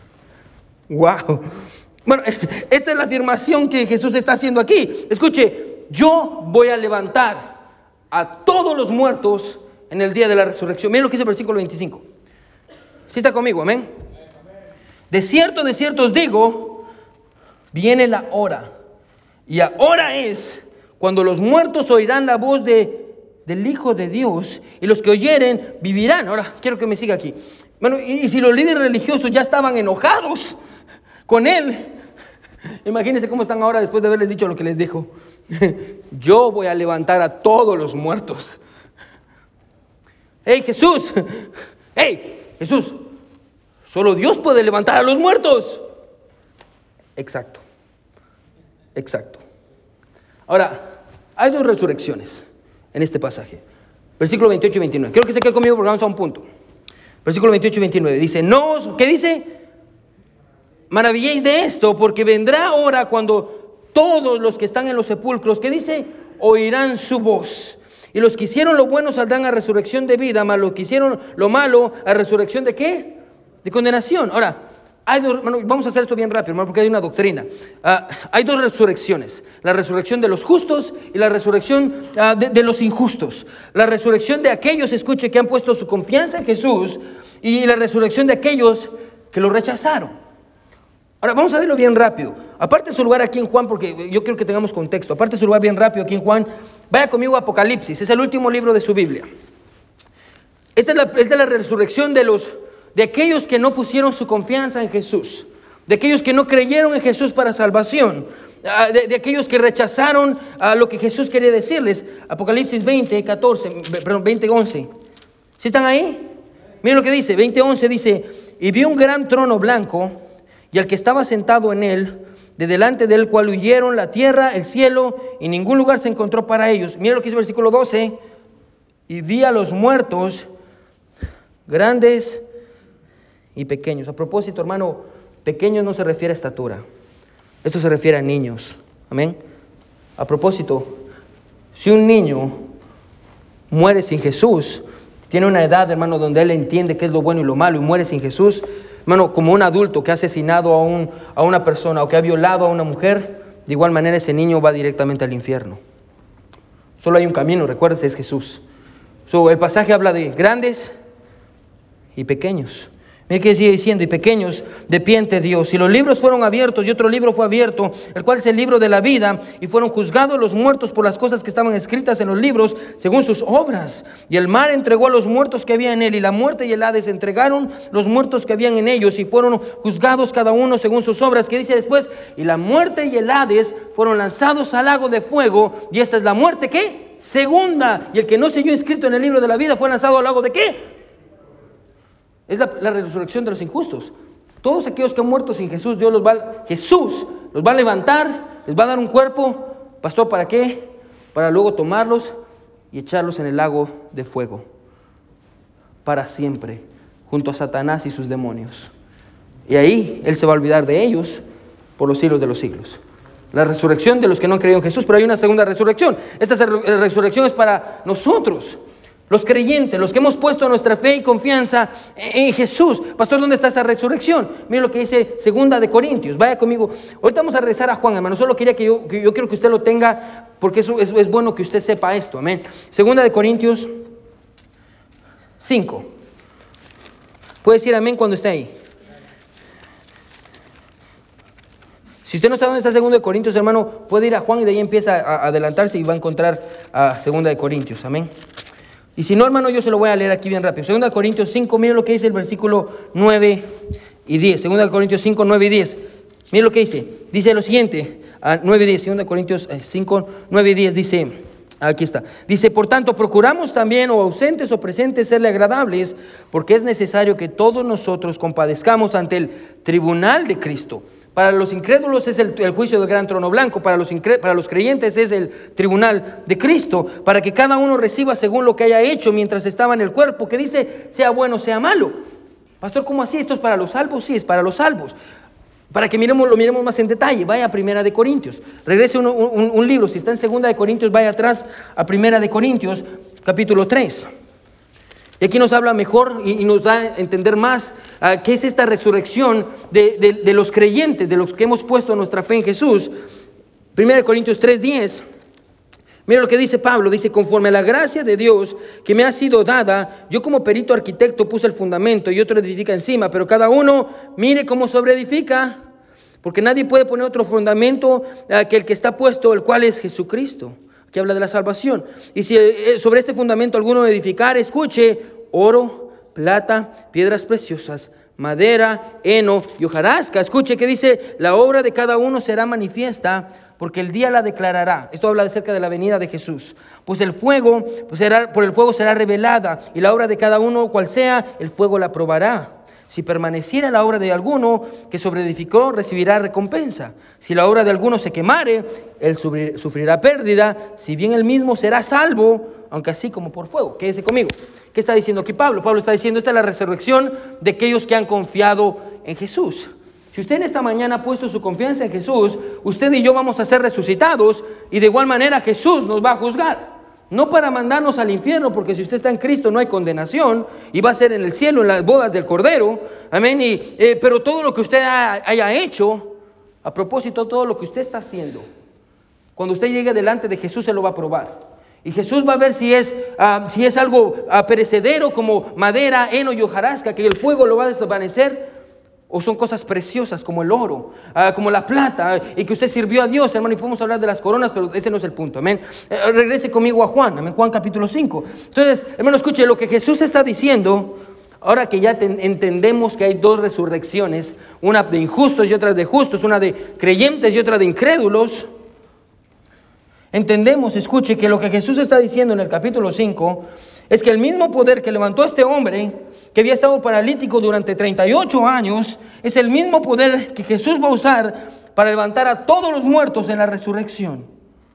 Wow. Bueno, esta es la afirmación que Jesús está haciendo aquí. Escuche, yo voy a levantar a todos los muertos en el día de la resurrección. Miren lo que dice el versículo veinticinco. ¿Sí está conmigo? Amén. De cierto, de cierto os digo, viene la hora, y ahora es cuando los muertos oirán la voz de, del Hijo de Dios, y los que oyeren vivirán. Ahora, quiero que me siga aquí. Bueno, y, y si los líderes religiosos ya estaban enojados con él, imagínense cómo están ahora después de haberles dicho lo que les dijo. Yo voy a levantar a todos los muertos. Hey, Jesús. Hey, Jesús. Solo Dios puede levantar a los muertos. Exacto. Exacto. Ahora, hay dos resurrecciones en este pasaje. Versículo veintiocho y veintinueve. Quiero que se quede conmigo porque vamos a un punto. Versículo veintiocho y veintinueve. Dice, no os, ¿qué dice? Maravilléis de esto, porque vendrá hora cuando todos los que están en los sepulcros, ¿qué dice? Oirán su voz. Y los que hicieron lo bueno saldrán a resurrección de vida, mas los que hicieron lo malo a resurrección de ¿qué? De condenación. Ahora, hay dos, bueno, vamos a hacer esto bien rápido, hermano, porque hay una doctrina. Uh, hay dos resurrecciones. La resurrección de los justos y la resurrección uh, de, de los injustos. La resurrección de aquellos, escuche, que han puesto su confianza en Jesús y la resurrección de aquellos que lo rechazaron. Ahora vamos a verlo bien rápido. Aparte de su lugar aquí en Juan, porque yo quiero que tengamos contexto. Aparte de su lugar bien rápido aquí en Juan, vaya conmigo a Apocalipsis. Es el último libro de su Biblia. Esta es la, esta es la resurrección de, los, de aquellos que no pusieron su confianza en Jesús. De aquellos que no creyeron en Jesús para salvación. De, de aquellos que rechazaron a lo que Jesús quería decirles. Apocalipsis veinte, catorce, perdón, veinte, once. ¿Sí están ahí? Miren lo que dice, veinte, once dice: y vi un gran trono blanco, y al que estaba sentado en él, de delante del cual huyeron la tierra, el cielo, y ningún lugar se encontró para ellos. Miren lo que dice el versículo doce: y vi a los muertos, grandes y pequeños. A propósito, hermano, pequeños no se refiere a estatura. Esto se refiere a niños. Amén. A propósito, si un niño muere sin Jesús, tiene una edad, hermano, donde él entiende qué es lo bueno y lo malo y muere sin Jesús, hermano, como un adulto que ha asesinado a, un, a una persona o que ha violado a una mujer, de igual manera ese niño va directamente al infierno. Solo hay un camino, recuérdense, es Jesús. So, el pasaje habla de grandes y pequeños. Mire que sigue diciendo: y pequeños de pie ante Dios. Y los libros fueron abiertos, y otro libro fue abierto, el cual es el libro de la vida, y fueron juzgados los muertos por las cosas que estaban escritas en los libros, según sus obras. Y el mar entregó a los muertos que había en él, y la muerte y el Hades entregaron los muertos que habían en ellos, y fueron juzgados cada uno según sus obras. ¿Qué dice después? Y la muerte y el Hades fueron lanzados al lago de fuego, y esta es la muerte, ¿qué? Segunda. Y el que no se halló inscrito en el libro de la vida fue lanzado al lago de ¿qué? Es la, la resurrección de los injustos. Todos aquellos que han muerto sin Jesús, Dios los va, Jesús los va a levantar, les va a dar un cuerpo. Pastor, ¿para qué? Para luego tomarlos y echarlos en el lago de fuego. Para siempre, junto a Satanás y sus demonios. Y ahí Él se va a olvidar de ellos por los siglos de los siglos. La resurrección de los que no han creído en Jesús, pero hay una segunda resurrección. Esta resurrección es para nosotros, los creyentes, los que hemos puesto nuestra fe y confianza en Jesús. Pastor, ¿dónde está esa resurrección? Mire lo que dice Segunda de Corintios. Vaya conmigo. Ahorita vamos a regresar a Juan, hermano. Solo quería que yo, que yo quiero que usted lo tenga, porque eso es, es bueno que usted sepa esto. Amén. Segunda de Corintios cinco. Puede decir amén cuando esté ahí. Si usted no sabe dónde está Segunda de Corintios, hermano, puede ir a Juan y de ahí empieza a adelantarse y va a encontrar a Segunda de Corintios. Amén. Y si no, hermano, yo se lo voy a leer aquí bien rápido. Segunda de Corintios cinco, mire lo que dice el versículo nueve y diez. Segunda de Corintios cinco, nueve y diez. Mire lo que dice. Dice lo siguiente, nueve y diez. Segunda de Corintios cinco, nueve y diez dice, aquí está. Dice: por tanto, procuramos también, o ausentes o presentes, serle agradables, porque es necesario que todos nosotros compadezcamos ante el tribunal de Cristo. Para los incrédulos es el, el juicio del gran trono blanco. Para los, incre, para los creyentes es el tribunal de Cristo. Para que cada uno reciba según lo que haya hecho mientras estaba en el cuerpo. Que dice, sea bueno, sea malo. Pastor, ¿cómo así? ¿Esto es para los salvos? Sí, es para los salvos. Para que miremos, lo miremos más en detalle, vaya a Primera de Corintios. Regrese un, un, un libro. Si está en Segunda de Corintios, vaya atrás a Primera de Corintios, capítulo tres. Y aquí nos habla mejor y, y nos da a entender más uh, qué es esta resurrección de, de, de los creyentes, de los que hemos puesto nuestra fe en Jesús. Primera de Corintios tres, diez. Mira lo que dice Pablo. Dice: conforme a la gracia de Dios que me ha sido dada, yo como perito arquitecto puse el fundamento y otro edifica encima, pero cada uno mire cómo sobreedifica, porque nadie puede poner otro fundamento uh, que el que está puesto, el cual es Jesucristo, que habla de la salvación. Y si eh, sobre este fundamento alguno edificar, escuche: oro, plata, piedras preciosas, madera, heno y hojarasca. Escuche que dice: la obra de cada uno será manifiesta, porque el día la declarará. Esto habla acerca de la venida de Jesús. Pues el fuego, pues será, por el fuego será revelada, y la obra de cada uno, cual sea, el fuego la probará. Si permaneciera la obra de alguno que sobreedificó, recibirá recompensa. Si la obra de alguno se quemare, él sufrirá pérdida, si bien él mismo será salvo, aunque así como por fuego. Quédese conmigo. ¿Qué está diciendo aquí Pablo? Pablo está diciendo: esta es la resurrección de aquellos que han confiado en Jesús. Si usted en esta mañana ha puesto su confianza en Jesús, usted y yo vamos a ser resucitados, y de igual manera Jesús nos va a juzgar. No para mandarnos al infierno, porque si usted está en Cristo no hay condenación, y va a ser en el cielo, en las bodas del Cordero. Amén. Y, eh, pero todo lo que usted ha, haya hecho, a propósito, todo lo que usted está haciendo, cuando usted llegue delante de Jesús, se lo va a probar. Y Jesús va a ver si es, uh, si es algo uh, perecedero como madera, heno y hojarasca, que el fuego lo va a desvanecer. O son cosas preciosas como el oro, uh, como la plata, uh, y que usted sirvió a Dios, hermano. Y podemos hablar de las coronas, pero ese no es el punto, amén. Uh, regrese conmigo a Juan, amén. Juan capítulo cinco. Entonces, hermano, escuche lo que Jesús está diciendo. Ahora que ya te, entendemos que hay dos resurrecciones, una de injustos y otra de justos, una de creyentes y otra de incrédulos. Entendemos, escuche, que lo que Jesús está diciendo en el capítulo cinco es que el mismo poder que levantó a este hombre, que había estado paralítico durante treinta y ocho años, es el mismo poder que Jesús va a usar para levantar a todos los muertos en la resurrección.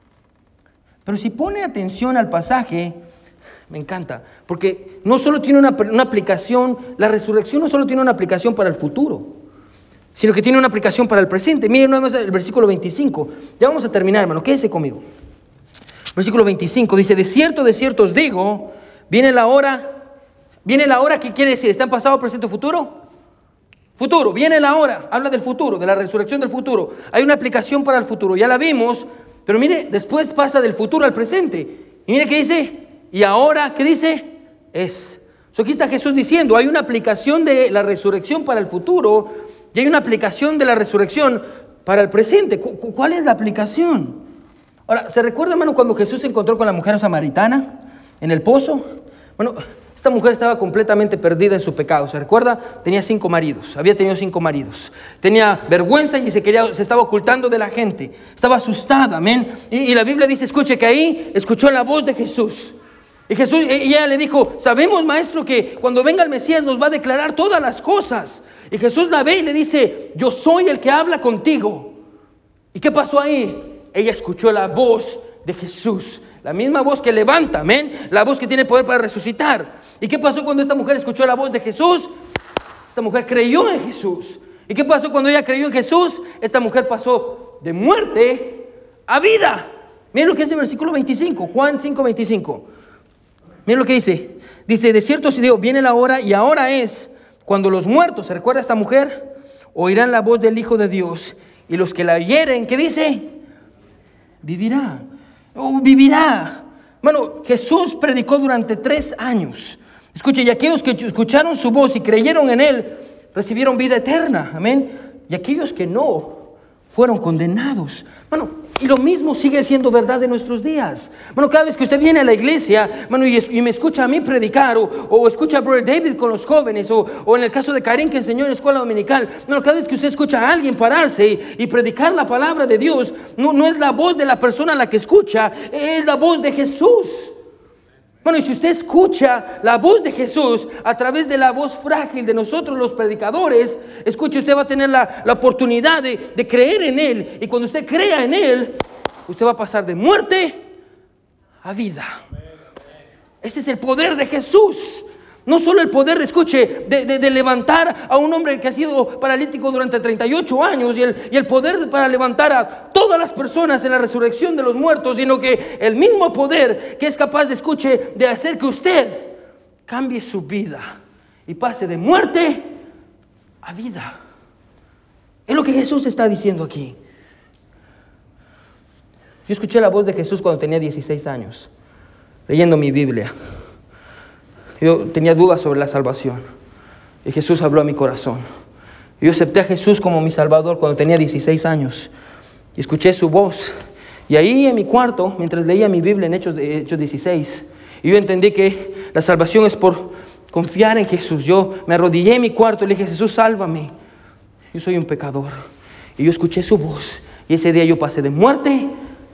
Pero si pone atención al pasaje, me encanta, porque no solo tiene una, una aplicación, la resurrección no solo tiene una aplicación para el futuro, sino que tiene una aplicación para el presente. Miren nada más el versículo veinticinco. Ya vamos a terminar, hermano, quédese conmigo. Versículo veinticinco dice: de cierto, de cierto os digo, viene la hora. ¿Viene la hora? ¿Qué quiere decir? ¿Está en pasado, presente o futuro? Futuro, viene la hora. Habla del futuro, de la resurrección del futuro. Hay una aplicación para el futuro, ya la vimos. Pero mire, después pasa del futuro al presente. Y mire qué dice. Y ahora, ¿qué dice? Es. So, aquí está Jesús diciendo, hay una aplicación de la resurrección para el futuro y hay una aplicación de la resurrección para el presente. ¿Cu- ¿Cuál es la aplicación? Ahora, ¿se recuerda, hermano, cuando Jesús se encontró con la mujer samaritana en el pozo? Bueno, esta mujer estaba completamente perdida en su pecado. ¿Se recuerda? Tenía cinco maridos, había tenido cinco maridos. Tenía vergüenza y se, quería, se estaba ocultando de la gente. Estaba asustada, amén. Y, y la Biblia dice, escuche, que ahí escuchó la voz de Jesús. Y Jesús, y ella le dijo, sabemos, maestro, que cuando venga el Mesías nos va a declarar todas las cosas. Y Jesús la ve y le dice, yo soy el que habla contigo. ¿Y qué pasó ahí? Ella escuchó la voz de Jesús. La misma voz que levanta, amén. La voz que tiene poder para resucitar. ¿Y qué pasó cuando esta mujer escuchó la voz de Jesús? Esta mujer creyó en Jesús. ¿Y qué pasó cuando ella creyó en Jesús? Esta mujer pasó de muerte a vida. Miren lo que es el versículo veinticinco, Juan cinco, veinticinco. Miren lo que dice. Dice, de cierto os digo, viene la hora y ahora es cuando los muertos, ¿se recuerda esta mujer? Oirán la voz del Hijo de Dios. Y los que la oyeren, ¿qué dice? Vivirá. Oh, vivirá. Bueno, Jesús predicó durante tres años. Escuche, y aquellos que escucharon su voz y creyeron en Él, recibieron vida eterna. Amén. Y aquellos que no, fueron condenados. Bueno, y lo mismo sigue siendo verdad en nuestros días. Bueno, cada vez que usted viene a la iglesia, bueno, y, y me escucha a mí predicar, o, o escucha a Brother David con los jóvenes, o, o en el caso de Karim que enseñó en la escuela dominical, bueno, cada vez que usted escucha a alguien pararse y, y predicar la palabra de Dios, no, no es la voz de la persona a la que escucha, es la voz de Jesús. Bueno, y si usted escucha la voz de Jesús a través de la voz frágil de nosotros los predicadores, escuche, usted va a tener la, la oportunidad de, de creer en Él. Y cuando usted crea en Él, usted va a pasar de muerte a vida. Ese es el poder de Jesús. No solo el poder, de, escuche, de, de, de levantar a un hombre que ha sido paralítico durante treinta y ocho años y el, y el poder para levantar a todas las personas en la resurrección de los muertos, sino que el mismo poder que es capaz de, escuche, de hacer que usted cambie su vida y pase de muerte a vida. Es lo que Jesús está diciendo aquí. Yo escuché la voz de Jesús cuando tenía dieciséis años, leyendo mi Biblia. Yo tenía dudas sobre la salvación y Jesús habló a mi corazón. Yo acepté a Jesús como mi Salvador cuando tenía dieciséis años y escuché su voz. Y ahí en mi cuarto, mientras leía mi Biblia en Hechos, Hechos dieciséis, yo entendí que la salvación es por confiar en Jesús. Yo me arrodillé en mi cuarto y le dije, Jesús, sálvame. Yo soy un pecador. Y yo escuché su voz y ese día yo pasé de muerte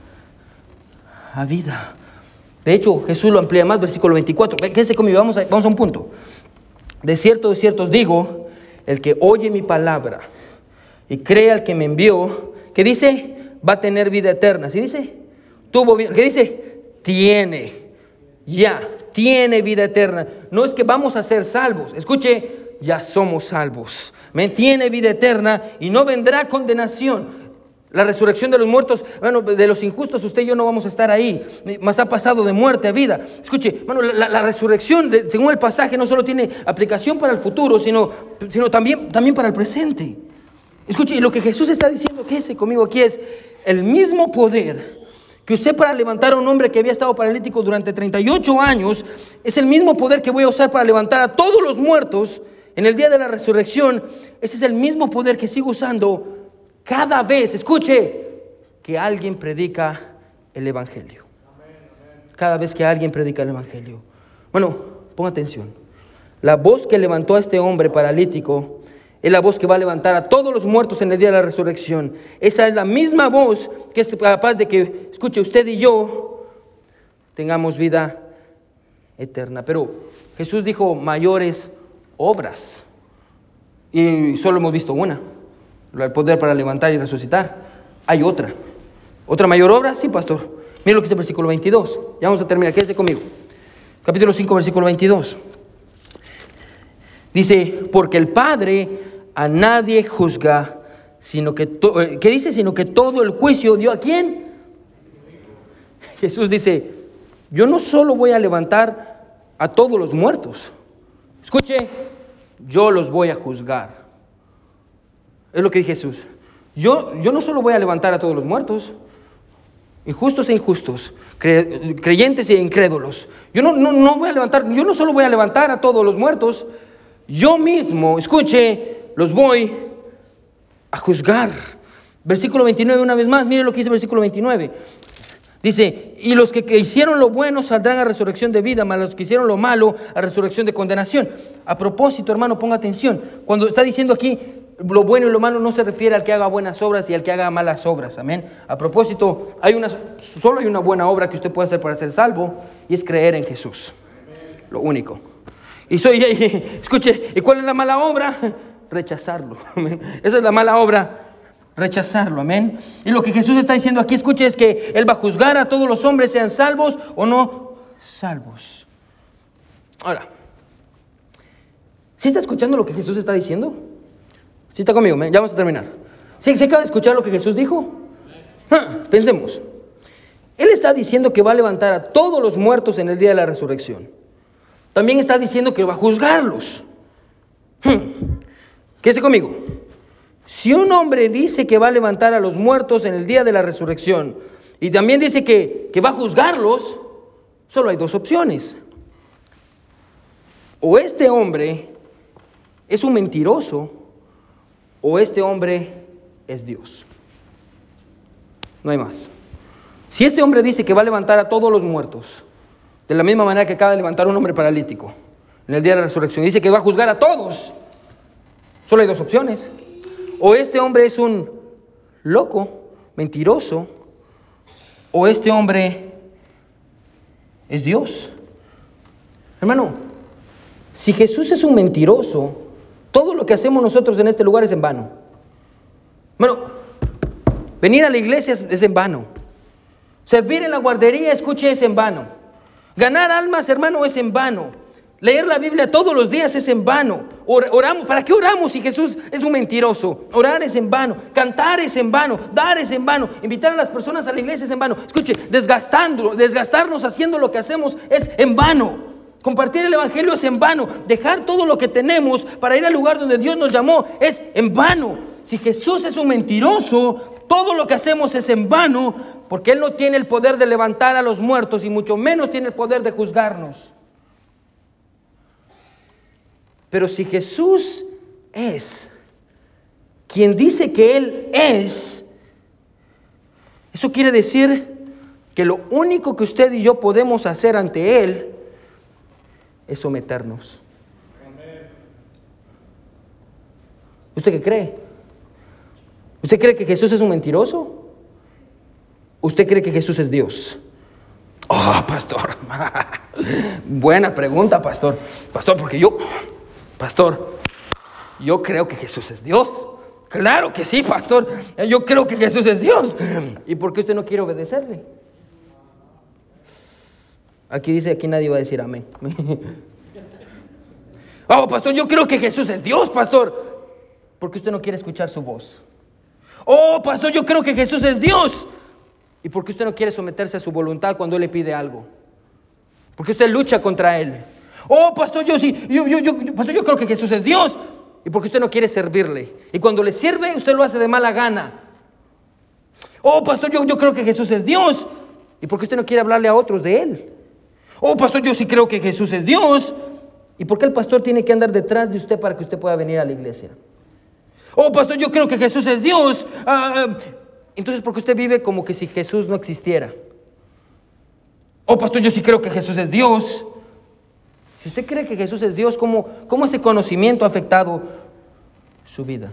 a vida. De hecho, Jesús lo amplía más, versículo veinticuatro. Quédense conmigo, vamos a, vamos a un punto. De cierto, de cierto os digo, el que oye mi palabra y cree al que me envió, ¿qué dice? Va a tener vida eterna. ¿Sí dice? Tuvo vida. ¿Qué dice? Tiene. Ya, tiene vida eterna. No es que vamos a ser salvos. Escuche, ya somos salvos. ¿Me? Tiene vida eterna y no vendrá condenación. La resurrección de los muertos, bueno, de los injustos, usted y yo no vamos a estar ahí, más ha pasado de muerte a vida. Escuche, bueno, la, la resurrección, de, según el pasaje, no solo tiene aplicación para el futuro, sino, sino también, también para el presente. Escuche, y lo que Jesús está diciendo, quédese conmigo aquí, es el mismo poder que usé para levantar a un hombre que había estado paralítico durante treinta y ocho años, es el mismo poder que voy a usar para levantar a todos los muertos en el día de la resurrección. Ese es el mismo poder que sigo usando cada vez, escuche, que alguien predica el evangelio. Cada vez que alguien predica el evangelio. Bueno, ponga atención. La voz que levantó a este hombre paralítico es la voz que va a levantar a todos los muertos en el día de la resurrección. Esa es la misma voz que es capaz de que, escuche, usted y yo tengamos vida eterna. Pero Jesús dijo mayores obras. Y solo hemos visto una. El poder para levantar y resucitar. Hay otra. ¿Otra mayor obra? Sí, pastor. Mira lo que dice el versículo veintidós. Ya vamos a terminar. Quédese conmigo. Capítulo cinco, versículo veintidós. Dice, porque el Padre a nadie juzga, sino que, to- ¿qué dice? Sino que todo el juicio dio ¿a quién? Jesús dice, yo no solo voy a levantar a todos los muertos. Escuche, yo los voy a juzgar. Es lo que dice Jesús. Yo, yo no solo voy a levantar a todos los muertos, injustos e injustos, cre- creyentes e incrédulos. Yo no, no, no voy a levantar, yo no solo voy a levantar a todos los muertos, yo mismo, escuche, los voy a juzgar. Versículo veintinueve, una vez más, mire lo que dice el versículo veintinueve. Dice, y los que, que hicieron lo bueno saldrán a resurrección de vida, mas los que hicieron lo malo a resurrección de condenación. A propósito, hermano, ponga atención. Cuando está diciendo aquí lo bueno y lo malo, no se refiere al que haga buenas obras y al que haga malas obras. Amén. A propósito, hay una, solo hay una buena obra que usted puede hacer para ser salvo, y es creer en Jesús. Lo único. Y soy, escuche, ¿y cuál es la mala obra? Rechazarlo. Amén. Esa es la mala obra, rechazarlo. Amén. Y lo que Jesús está diciendo aquí, escuche, es que Él va a juzgar a todos los hombres, sean salvos o no salvos. Ahora, ¿sí está escuchando lo que Jesús está diciendo? ¿Sí está conmigo? Ya vamos a terminar. ¿Sí se acaba de escuchar lo que Jesús dijo? Ah, pensemos. Él está diciendo que va a levantar a todos los muertos en el día de la resurrección. También está diciendo que va a juzgarlos. Hmm. Quédese conmigo. Si un hombre dice que va a levantar a los muertos en el día de la resurrección y también dice que, que va a juzgarlos, solo hay dos opciones. O este hombre es un mentiroso o este hombre es Dios. No hay más. Si este hombre dice que va a levantar a todos los muertos, de la misma manera que acaba de levantar a un hombre paralítico en el día de la resurrección, dice que va a juzgar a todos, solo hay dos opciones. O este hombre es un loco, mentiroso, o este hombre es Dios. Hermano, si Jesús es un mentiroso, todo lo que hacemos nosotros en este lugar es en vano. Bueno, venir a la iglesia es, es en vano. Servir en la guardería, escuche, es en vano. Ganar almas, hermano, es en vano. Leer la Biblia todos los días es en vano. Or- oramos, ¿para qué oramos si Jesús es un mentiroso? Orar es en vano. Cantar es en vano. Dar es en vano. Invitar a las personas a la iglesia es en vano. Escuche, desgastando, desgastarnos haciendo lo que hacemos es en vano. Compartir el evangelio es en vano. Dejar todo lo que tenemos para ir al lugar donde Dios nos llamó es en vano. Si Jesús es un mentiroso, todo lo que hacemos es en vano, porque Él no tiene el poder de levantar a los muertos y mucho menos tiene el poder de juzgarnos. Pero si Jesús es quien dice que Él es, eso quiere decir que lo único que usted y yo podemos hacer ante Él es someternos. ¿Usted qué cree? ¿Usted cree que Jesús es un mentiroso? ¿Usted cree que Jesús es Dios? Oh, pastor. Buena pregunta, pastor. Pastor, porque yo, pastor, yo creo que Jesús es Dios. Claro que sí, pastor. Yo creo que Jesús es Dios. ¿Y por qué usted no quiere obedecerle? Aquí dice, aquí nadie va a decir amén. Oh, pastor, yo creo que Jesús es Dios, pastor. ¿Por qué usted no quiere escuchar su voz? Oh, pastor, yo creo que Jesús es Dios. ¿Y por qué usted no quiere someterse a su voluntad cuando Él le pide algo? ¿Por qué usted lucha contra Él? Oh, pastor, yo sí, yo, yo, yo, pastor, yo creo que Jesús es Dios. ¿Y por qué usted no quiere servirle? Y cuando le sirve, usted lo hace de mala gana. Oh, pastor, yo, yo creo que Jesús es Dios. ¿Y por qué usted no quiere hablarle a otros de Él? Oh, pastor, yo sí creo que Jesús es Dios. ¿Y por qué el pastor tiene que andar detrás de usted para que usted pueda venir a la iglesia? Oh, pastor, yo creo que Jesús es Dios. Ah, entonces, ¿por qué usted vive como que si Jesús no existiera? Oh, pastor, yo sí creo que Jesús es Dios. Si usted cree que Jesús es Dios, ¿cómo, cómo ese conocimiento ha afectado su vida?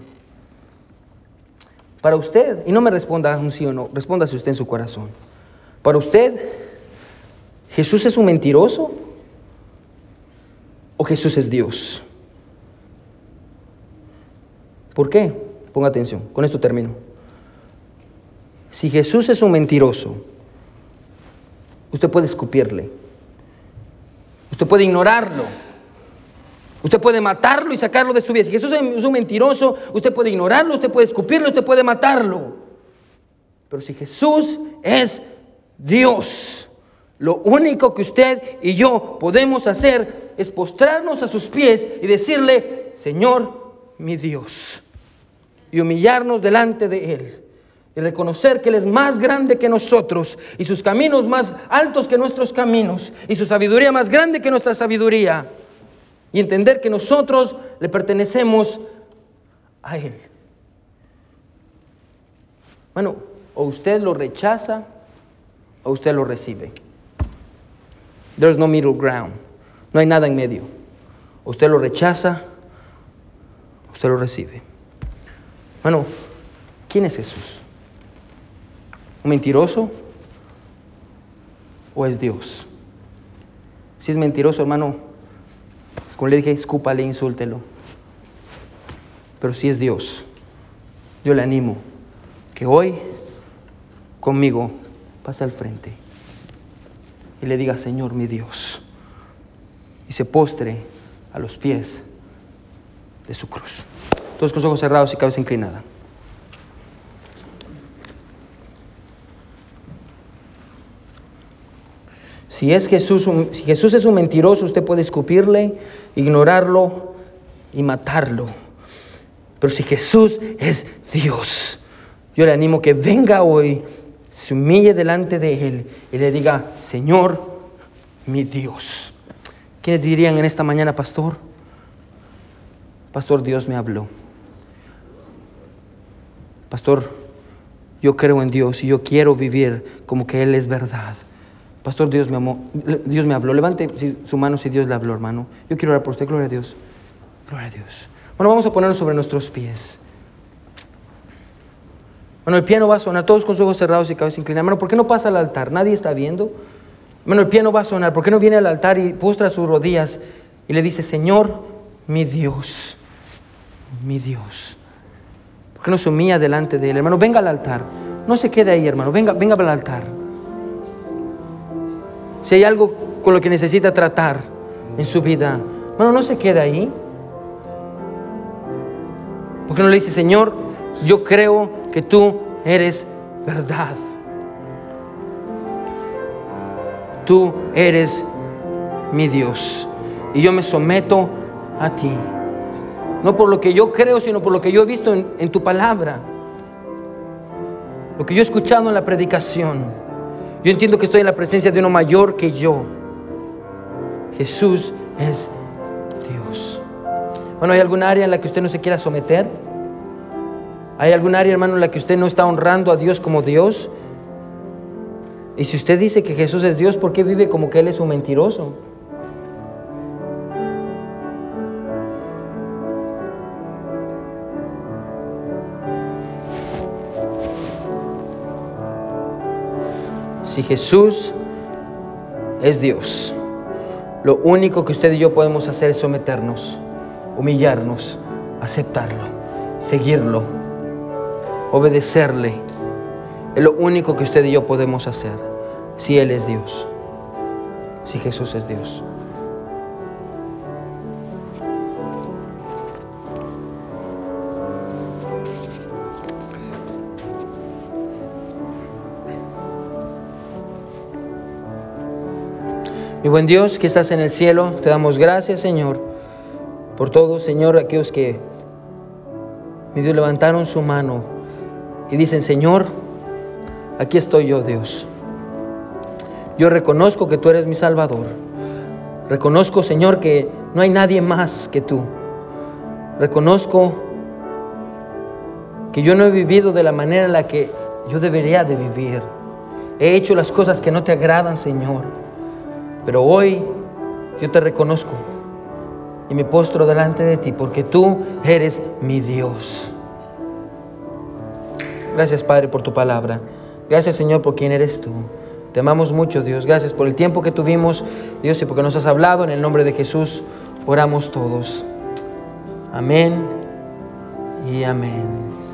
Para usted, y no me responda un sí o no, respóndase usted en su corazón. Para usted, ¿Jesús es un mentiroso o Jesús es Dios? ¿Por qué? Ponga atención, con esto termino. Si Jesús es un mentiroso, usted puede escupirle, usted puede ignorarlo, usted puede matarlo y sacarlo de su vida. Si Jesús es un mentiroso, usted puede ignorarlo, usted puede escupirlo, usted puede matarlo. Pero si Jesús es Dios, lo único que usted y yo podemos hacer es postrarnos a sus pies y decirle: Señor, mi Dios, y humillarnos delante de Él y reconocer que Él es más grande que nosotros y sus caminos más altos que nuestros caminos y su sabiduría más grande que nuestra sabiduría, y entender que nosotros le pertenecemos a Él. Bueno, o usted lo rechaza o usted lo recibe. There's no middle ground. No hay nada en medio. O usted lo rechaza o usted lo recibe. Bueno, ¿quién es Jesús? ¿Un mentiroso o es Dios? Si es mentiroso, hermano, como le dije, escúpale, insúltelo. Pero si es Dios, yo le animo que hoy conmigo pase al frente y le diga: Señor, mi Dios, y se postre a los pies de su cruz. Todos con los ojos cerrados y cabeza inclinada. Si es Jesús, un, si Jesús es un mentiroso, usted puede escupirle, ignorarlo y matarlo. Pero si Jesús es Dios, yo le animo que venga hoy, se humille delante de Él y le diga: Señor, mi Dios. ¿Quiénes dirían en esta mañana: pastor? Pastor, Dios me habló. Pastor, yo creo en Dios y yo quiero vivir como que Él es verdad. Pastor, Dios me amó, Dios me habló. Levante su mano si Dios le habló, hermano. Yo quiero orar por usted. Gloria a Dios. Gloria a Dios. Bueno, vamos a ponernos sobre nuestros pies. Bueno, el piano va a sonar, todos con sus ojos cerrados y cabeza inclinada. Hermano, ¿por qué no pasa al altar? Nadie está viendo. Hermano, el piano va a sonar. ¿Por qué no viene al altar y postra sus rodillas y le dice: Señor, mi Dios, mi Dios? ¿Por qué no se humilla delante de Él? Hermano, venga al altar. No se quede ahí, hermano. Venga, venga al altar. Si hay algo con lo que necesita tratar en su vida, hermano, no se quede ahí. ¿Por qué no le dice: Señor, yo creo que tú eres verdad? Tú eres mi Dios y yo me someto a ti. No por lo que yo creo, sino por lo que yo he visto en, en tu palabra, lo que yo he escuchado en la predicación. Yo entiendo que estoy en la presencia de uno mayor que yo. Jesús es Dios. Bueno, ¿hay alguna área en la que usted no se quiera someter? ¿Hay algún área, hermano, en la que usted no está honrando a Dios como Dios? Y si usted dice que Jesús es Dios, ¿por qué vive como que Él es un mentiroso? Si Jesús es Dios, lo único que usted y yo podemos hacer es someternos, humillarnos, aceptarlo, seguirlo, obedecerle. Es lo único que usted y yo podemos hacer si Él es Dios, si Jesús es Dios. Mi buen Dios que estás en el cielo, te damos gracias, Señor, por todo, Señor, aquellos que, mi Dios, levantaron su mano y dicen: Señor, aquí estoy yo, Dios. Yo reconozco que tú eres mi Salvador. Reconozco, Señor, que no hay nadie más que tú. Reconozco que yo no he vivido de la manera en la que yo debería de vivir. He hecho las cosas que no te agradan, Señor. Pero hoy yo te reconozco y me postro delante de ti porque tú eres mi Dios. Gracias, Padre, por tu palabra. Gracias, Señor, por quien eres tú. Te amamos mucho, Dios. Gracias por el tiempo que tuvimos, Dios, y porque nos has hablado. En el nombre de Jesús oramos todos. Amén y amén.